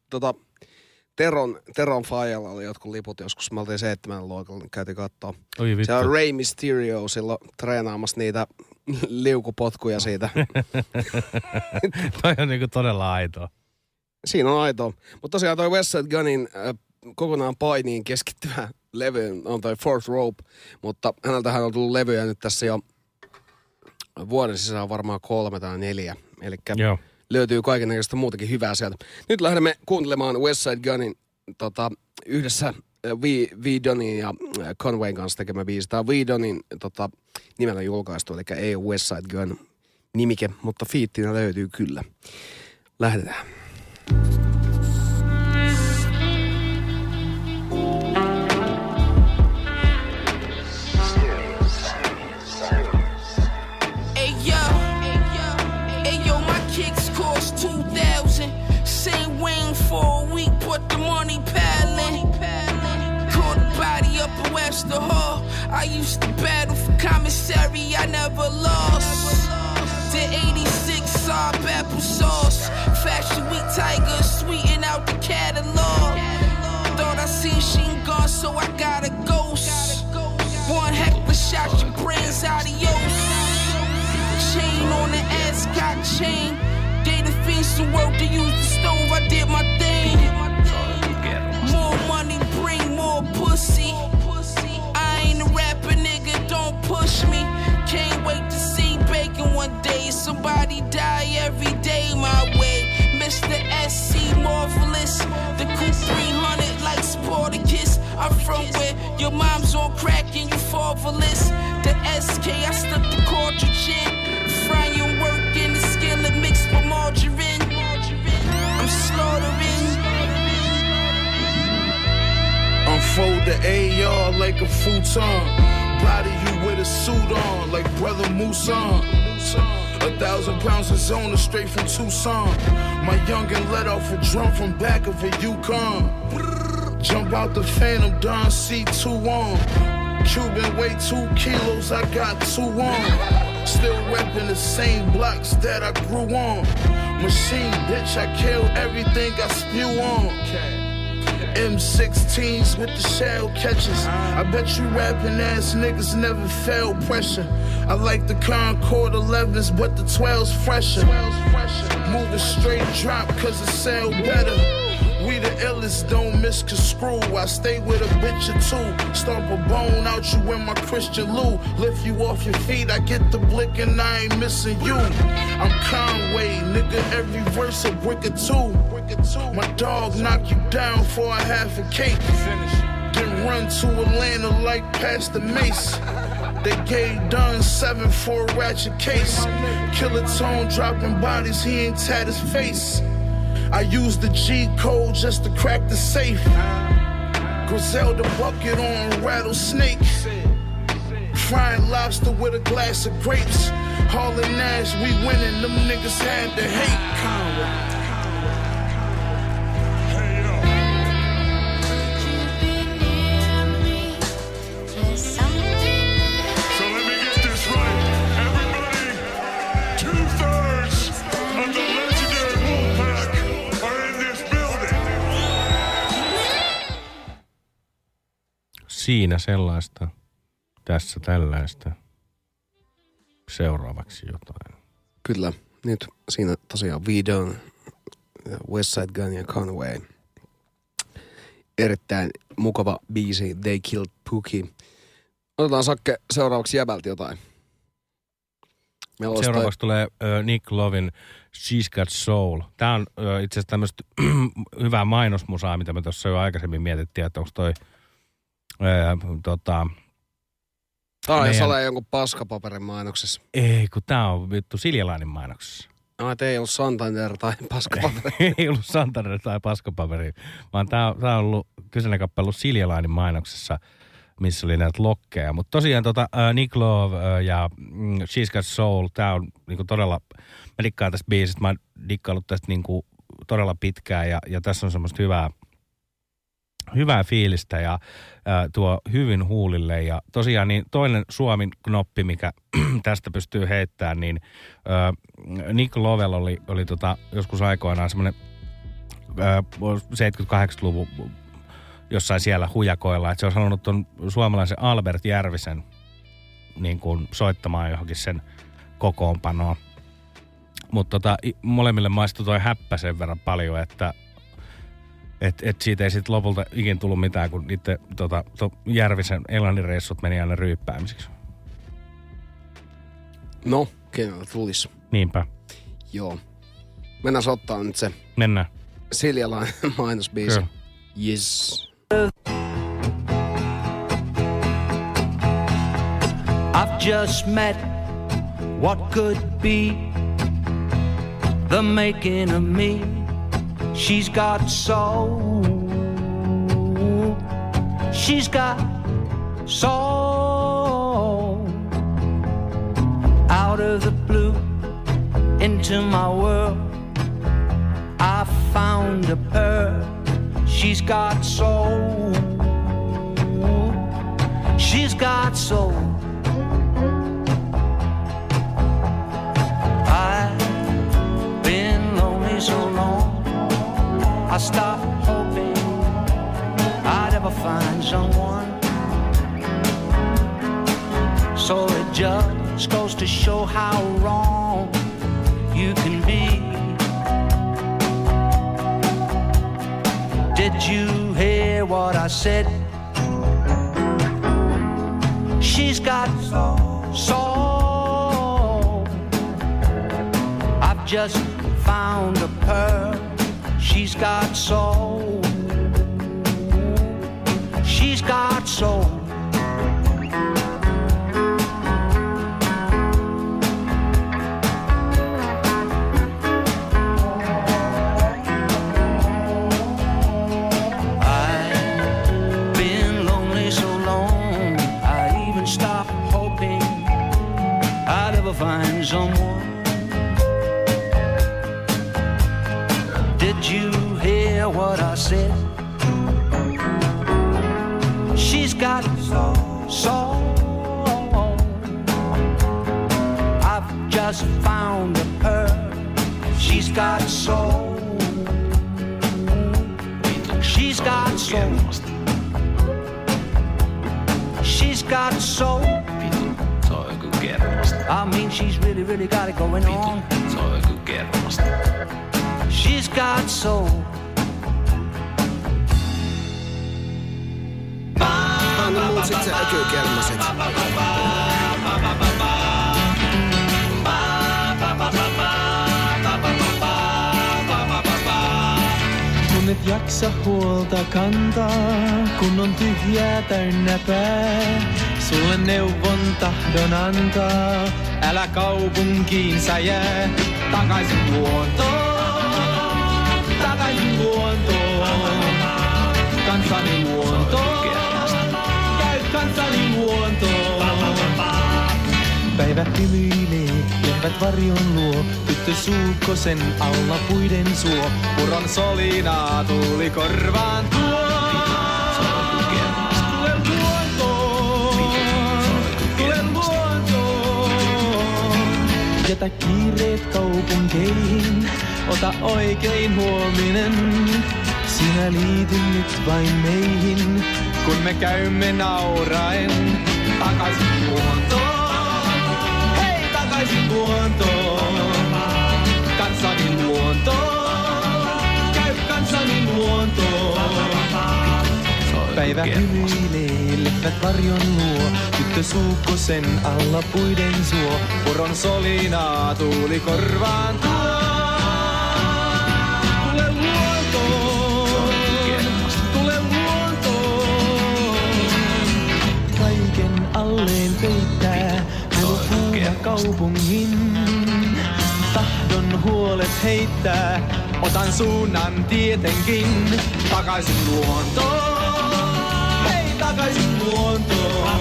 Teron Fajalla oli jotkut liput joskus. Me oltiin 7 luokalla, niin käytiin kattoo. Se on Rey Mysterio silloin treenaamassa niitä liukupotkuja siitä. Toi on niinku todella aitoa. Siinä on aitoa. Mutta tosiaan toi Westside Gunin kokonaan painiin keskittyvä levy on toi Fourth Rope. Mutta häneltähän on tullut levyjä nyt tässä jo vuoden sisään varmaan 3 tai 4. Elikkä löytyy kaikennäköistä muutakin hyvää sieltä. Nyt lähdemme kuuntelemaan Westside Gunin yhdessä V-Donin ja Conwayn kanssa tekemä biisi. Tää on V-Donin nimellä julkaistu, eli ei ole West Side Gun nimike, mutta fiittinä löytyy kyllä. Lähdetään. Same Wayne for a week, put the money piling. Caught a body up in Webster Hall. I used to battle for commissary, I never lost. The 86 sob apple sauce. Fashion Week Tiger, sweeten out the catalog. Thought I seen Sheen gone, so I got a ghost. One heck of a shot, your brains adios. Chain on the ass, got chain. Gave the fiends some work to use the stove, I did my thing. More money, bring more pussy. I ain't a rapper, nigga, don't push me. Can't wait to see bacon one day. Somebody die every day my way. Mr. SC Marvelous, the coupe 300 like Sporticus. I'm from where your mom's on crack and you fatherless. The SK, I stuck the cartridge in. Frying work in the skillet mixed with margarine. I'm slaughtering. Unfold the AR like a futon. Body you with a suit on like Brother Musan. 1,000 pounds of Zona straight from Tucson. My youngin' let off a drum from back of a Yukon. Jump out the Phantom, Don C2 on. Cuban weigh 2 kilos, I got 2 on. Still reppin' the same blocks that I grew on. Machine, bitch, I kill everything I spew on. M16s with the shell catches. I bet you rapping ass niggas never felt pressure. I like the Concord 11s, but the 12's fresher. Moving straight drop cause it sell better. We the illest, don't misconstrue. I stay with a bitch or two. Stomp a bone out you in my Christian Lou. Lift you off your feet, I get the blick and I ain't missing you. I'm Conway, nigga, every verse a brick or two. My dog knock you down for a half a cake. Then run to Atlanta like Pastor Mace. They gave Dunn 7 for a ratchet case. Killer Tone dropping bodies, he ain't tat his face. I used the G code just to crack the safe. Griselda bucket on rattlesnake. Frying lobster with a glass of grapes. Hall and Nash, we winning, them niggas had to hate Conway. Siinä sellaista, tässä tällaista. Seuraavaksi jotain. Kyllä, nyt siinä tosiaan V-Don, West Side Gun ja Conway. Erittäin mukava biisi, They Killed Pookie. Otetaan Sakke seuraavaksi jäbältä jotain. Seuraavaksi tulee Nick Lovin She's Got Soul. Tää on itse asiassa tämmöistä hyvää mainosmusaa, mitä me tuossa jo aikaisemmin mietittiin, että onko toi Tää on jos ole jonkun paskapaperin mainoksessa. Ei, kun tää on vittu Siljalainen mainoksessa. No, et ei ollut Santander tai paskapaperi. Ei ollut Santander tai paskapaperi, vaan tää on ollut kyseinen kappale Siljalainen mainoksessa, missä oli näitä lokkeja. Mutta tosiaan Nick Love ja She's Got Soul, tää on niinku todella, mä dikkaan tästä biisistä, mä oon dikkaillut tästä niinku todella pitkään ja tässä on semmoista hyvää fiilistä ja tuo hyvin huulille. Ja tosiaan niin toinen Suomen knoppi, mikä tästä pystyy heittämään, niin Nick Lovell oli joskus aikoinaan semmoinen 78-luvun jossain siellä hujakoilla, että se olisi halunnut tuon suomalaisen Albert Järvisen niin kuin soittamaan johonkin sen kokoonpanoon. Mutta molemmille maistui toi häppä sen verran paljon, että siitä ei sitten lopulta ikin tullut mitään, kun itse Järvisen Englannin reissut meni aina ryyppäämiseksi. No, kenellä tulisi. Niinpä. Joo. Mennään ottaa nyt se. Mennään. Siljalainen mainosbiisi. Kyllä. Yes. I've just met what could be the making of me. She's got soul. She's got soul. Out of the blue into my world, I found a pearl. She's got soul. She's got soul. I've been lonely so long, I stopped hoping I'd ever find someone. So it just goes to show how wrong you can be. Did you hear what I said? She's got soul. I've just found a pearl. She's got soul. She's got soul. Find someone. Did you hear what I said? She's got soul. I've just found a pearl. She's got soul. She's got soul. She's got soul. I mean, she's really got it going on. She's got soul. Anna muut sit se ökykermaset. Kun et jaksa huolta kantaa, kun on tyhjää täynnä pää. Sulle neuvon tahdon antaa, älä kaupunkiin sä jää. Takaisin luontoon, takaisin luontoon. Kansani luontoon, käy kansani luontoon. Päivä hymyilee, lehmät varjon luo. Tyttö suukkosen alla puiden suo. Puron solinaa tuuli korvaan tuo. Jätä kiireet kaupunkeihin, ota oikein huominen. Sinä liity nyt vain meihin, kun me käymme nauraen. Takaisin luontoon, hei takaisin luontoon. Kansani luontoon, käy kansani luontoon. Päivä hymyilee, lehmät varjon luo. Tyttö suukkosen alla puiden suo. Puron solinaa tuuli korvaan tuo. Tule luontoon, tule luontoon. Kaiken alleen peittää melukuuna kaupungin. Tahdon huolet heittää, otan suunnan tietenkin. Takaisin luontoon. Takaisin luontoon.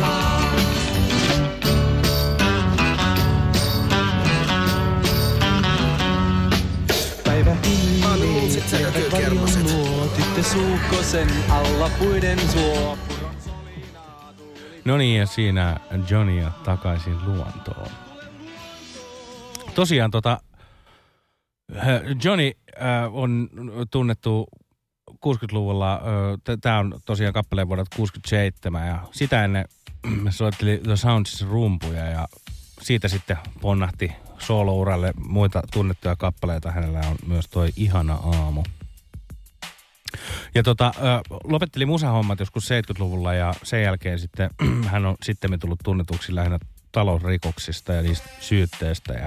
Päivä hiilee, varjon luo. Tyttö suukkosen alla puiden suo. No niin, ja siinä Johnny takaisin luontoon. Tosiaan Johnny on tunnettu 60-luvulla, tämä on tosiaan kappaleen vuodelta 67 ja sitä ennen soitteli The Soundsissa rumpuja ja siitä sitten ponnahti solo-uralle muita tunnettuja kappaleita. Hänellä on myös toi Ihana aamu. Ja lopetteli musahommat joskus 70-luvulla ja sen jälkeen sitten hän on sitten tullut tunnetuksi lähinnä talousrikoksista ja niistä syytteistä ja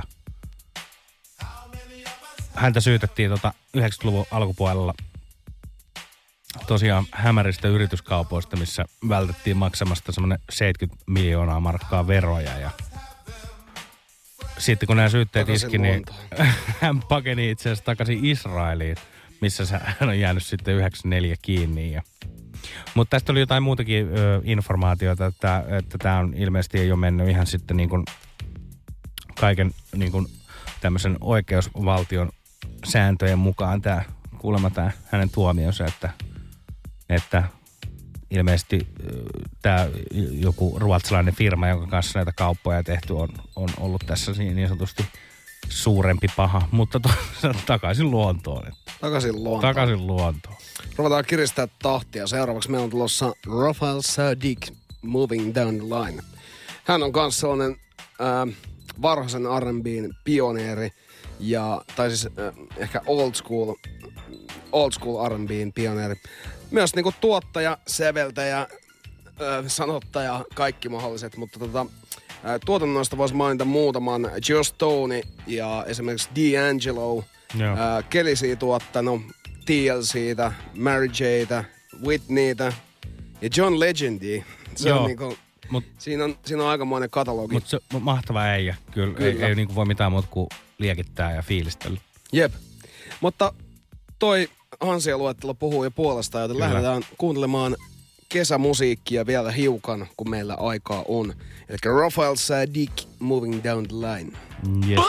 häntä syytettiin 90-luvun alkupuolella tosiaan hämäristä yrityskaupoista, missä vältettiin maksamasta semmoinen 70 miljoonaa markkaa veroja. Ja sitten kun nämä syytteet iski, niin hän pakeni itse asiassa takaisin Israeliin, missä hän on jäänyt sitten 94 kiinni. Mutta tästä oli jotain muutakin informaatiota, että tämä on ilmeisesti ei ole mennyt ihan sitten niin kuin kaiken niin kuin tämmöisen oikeusvaltion sääntöjen mukaan kuulemma tämä hänen tuomionsa, että ilmeisesti tämä joku ruotsalainen firma, jonka kanssa näitä kauppoja tehty, on ollut tässä niin sanotusti suurempi paha, mutta takaisin luontoon. Takaisin luontoon. Ruvetaan kiristää tahtia. Seuraavaksi meillä on tulossa Raphael Saadiq, Moving Down the Line. Hän on myös sellainen varhaisen R&B:n pioneeri, tai siis ehkä old school R&B:n pioneeri. Myös niinku tuottaja, säveltäjä, sanottaja, kaikki mahdolliset, mutta tuotannoista voisi mainita muutaman. Joe Stoney ja esimerkiksi D'Angelo, Kellysia tuottanut, TLCtä, Mary J:tä, Whitneytä ja John Legendia. Se on niinku, siinä on aikamoinen katalogi. Mutta se on mahtava äijä. Kyllä. Ei niinku voi mitään muuta kuin liekittää ja fiilistellä. Jep. Mutta toi ansioluettelo puhuu jo puolestaan, joten lähdetään kuuntelemaan kesämusiikkia vielä hiukan, kun meillä aikaa on. Eli Raphael Saadiq, Moving Down the Line. Yes.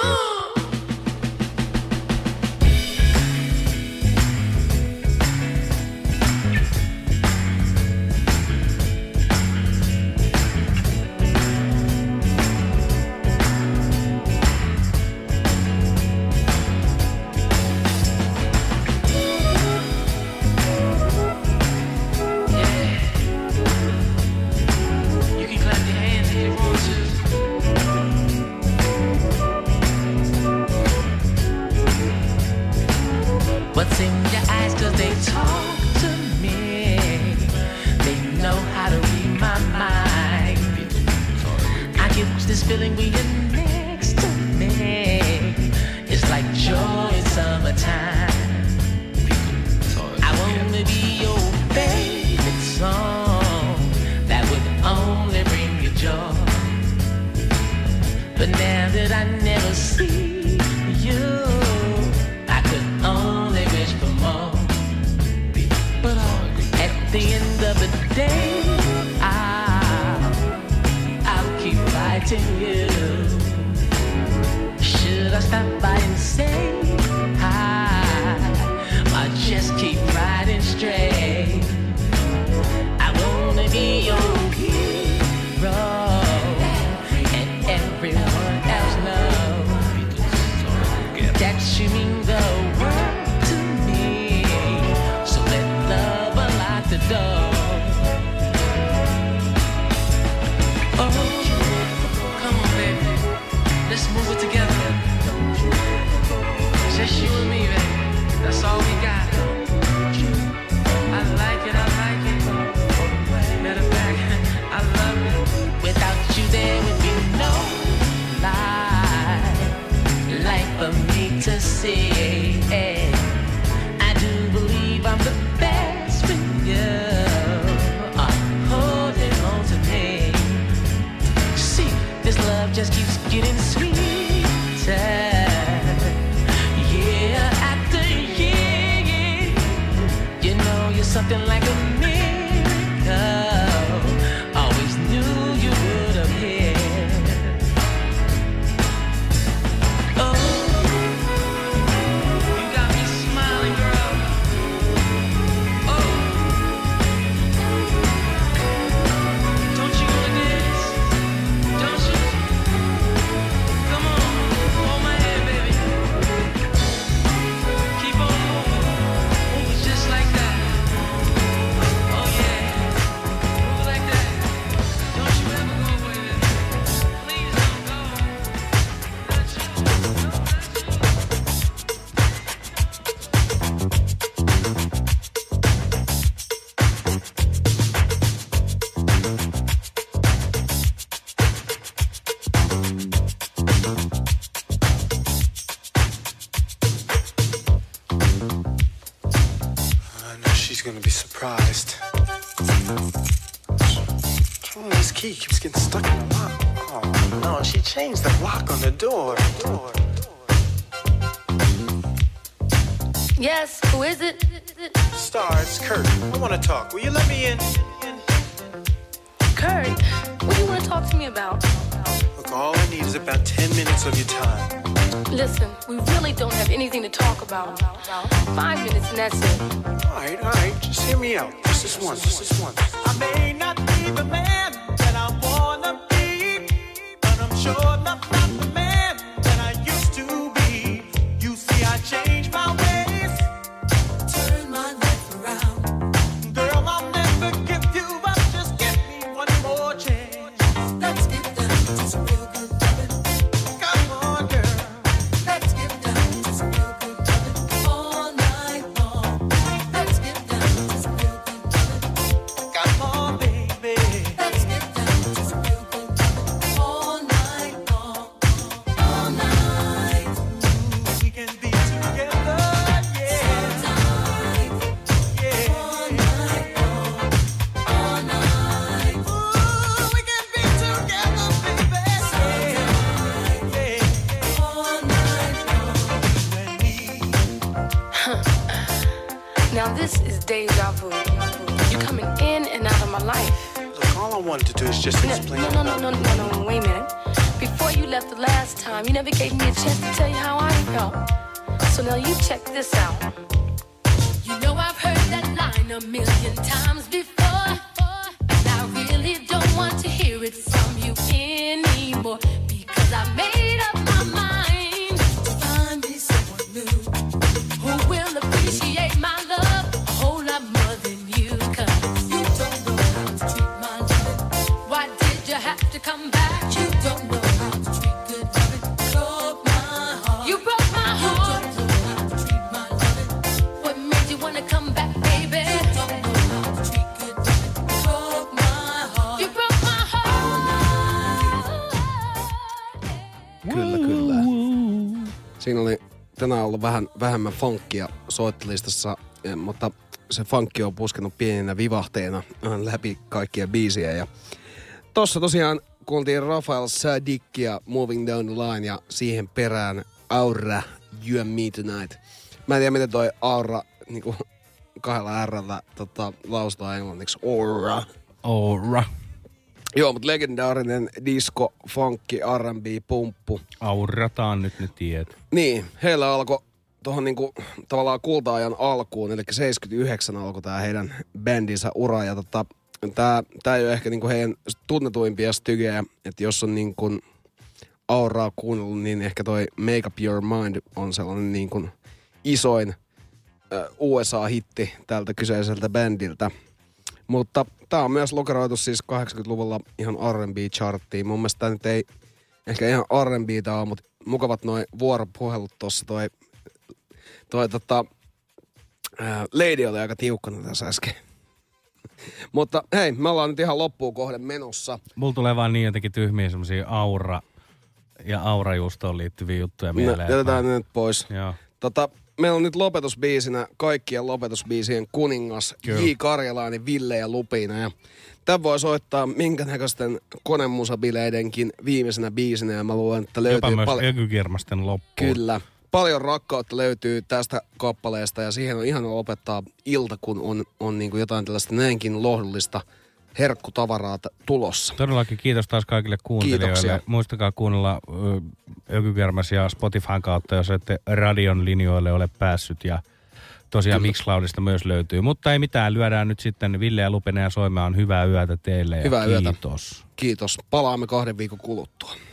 fixed. This key keeps getting stuck in the lock. Oh, no, she changed the lock on the door. Yes, who is it? Star, it's Kurt. I want to talk. Will you let me in? Kurt, what do you want to talk to me about? Look, all I need is about 10 minutes of your time. Listen, we really don't have anything to talk about. 5 minutes and that's it. All right. Just hear me out. Just this once. I may not be the man that I wanna be, but I'm sure not the man that I used to be. You see, I changed my ways, turn my life around. Girl, I'll never give you up. Just give me one more chance. Let's get down to some real good loving. Come on, girl. Let's get down to some real good loving all night long. Let's get down to some real good loving. Come on, baby. Let's get down to some real good loving all night long. All night. We can be together, yeah. Tonight, yeah. All night long. All night. Ooh, we can be together, baby. Tonight, yeah. All night long. Now this is deja vu. You're coming in and out of my life. Look, all I wanted to do is just explain. No, wait a minute. Before you left the last time, you never gave me a chance to tell you how I felt. So now you check this out. You know I've heard that line a million times before, and I really don't want to hear it from you anymore, because I made up my mind to find me someone new who will appreciate my love a whole lot more than you, 'cause you don't know how to treat my loving. Why did you have to come back? You don't know how to treat good loving. Broke my heart. You broke my heart. You don't know how to treat my loving. What made you wanna come back, baby? You don't know how to treat good loving. Broke my heart. You broke my heart. Kyllä. Siinä oli tänään ollut vähän vähemmän funkkia soittelistassa, mutta se funkki on puskenut pieninä vivahteina läpi kaikkia biisiä. Ja tossa tosiaan kuultiin Rafael Sadikia Moving Down the Line ja siihen perään Aura, You and Me Tonight. Mä en tiedä miten toi Aura niinku kahdella R:llä lausutaan englanniksi. Aura. Aura. Joo, mutta legendaarinen disco, funkki, R&B, pumppu. Aurataan nyt ne tiet. Niin, heillä alkoi tuohon niinku tavallaan kulta-ajan alkuun, eli 79 alkoi tää heidän bändinsä ura. Ja tää ei ole ehkä niinku heidän tunnetuimpia stygejä, että jos on niinku Auraa kuunnellut, niin ehkä toi Make Up Your Mind on sellainen niinku isoin USA-hitti tältä kyseiseltä bändiltä. Mutta tää on myös lokeroitu siis 80-luvulla ihan R&B-charttiin. Mun mielestä tää nyt ei ehkä ihan R&B:tä ole, mutta mukavat noi vuoropuhelut tossa. Lady oli aika tiukkana tässä äsken. Mutta hei, me ollaan nyt ihan loppuun kohden menossa. Mulla tulee vaan niin jotenkin tyhmiä semmosia aura ja aurajuustoon liittyviä juttuja mieleen. Jätetään ne nyt pois. Joo. Meillä on nyt lopetusbiisinä kaikkien lopetusbiisien kuningas J. Karjalainen, Ville ja Lupina. Ja tämän voi soittaa minkä näköisten konemusabileidenkin viimeisenä biisinä. Ja mä luulen, että löytyy jopa myös ökykirmasten loppuun. Kyllä. Paljon rakkautta löytyy tästä kappaleesta ja siihen on ihana lopettaa ilta, kun on niin kuin jotain tällaista näinkin lohdullista herkkutavaraa tulossa. Todellakin kiitos taas kaikille kuuntelijoille. Kiitoksia. Muistakaa kuunnella Ökykermas ja Spotifyn kautta, jos ette radion linjoille ole päässyt. Ja tosiaan Mixcloudista myös löytyy. Mutta ei mitään, lyödään nyt sitten Ville ja Lupinen ja soimaan hyvää yötä teille. Hyvää ja yötä. Kiitos. Kiitos. Palaamme 2 viikon kuluttua.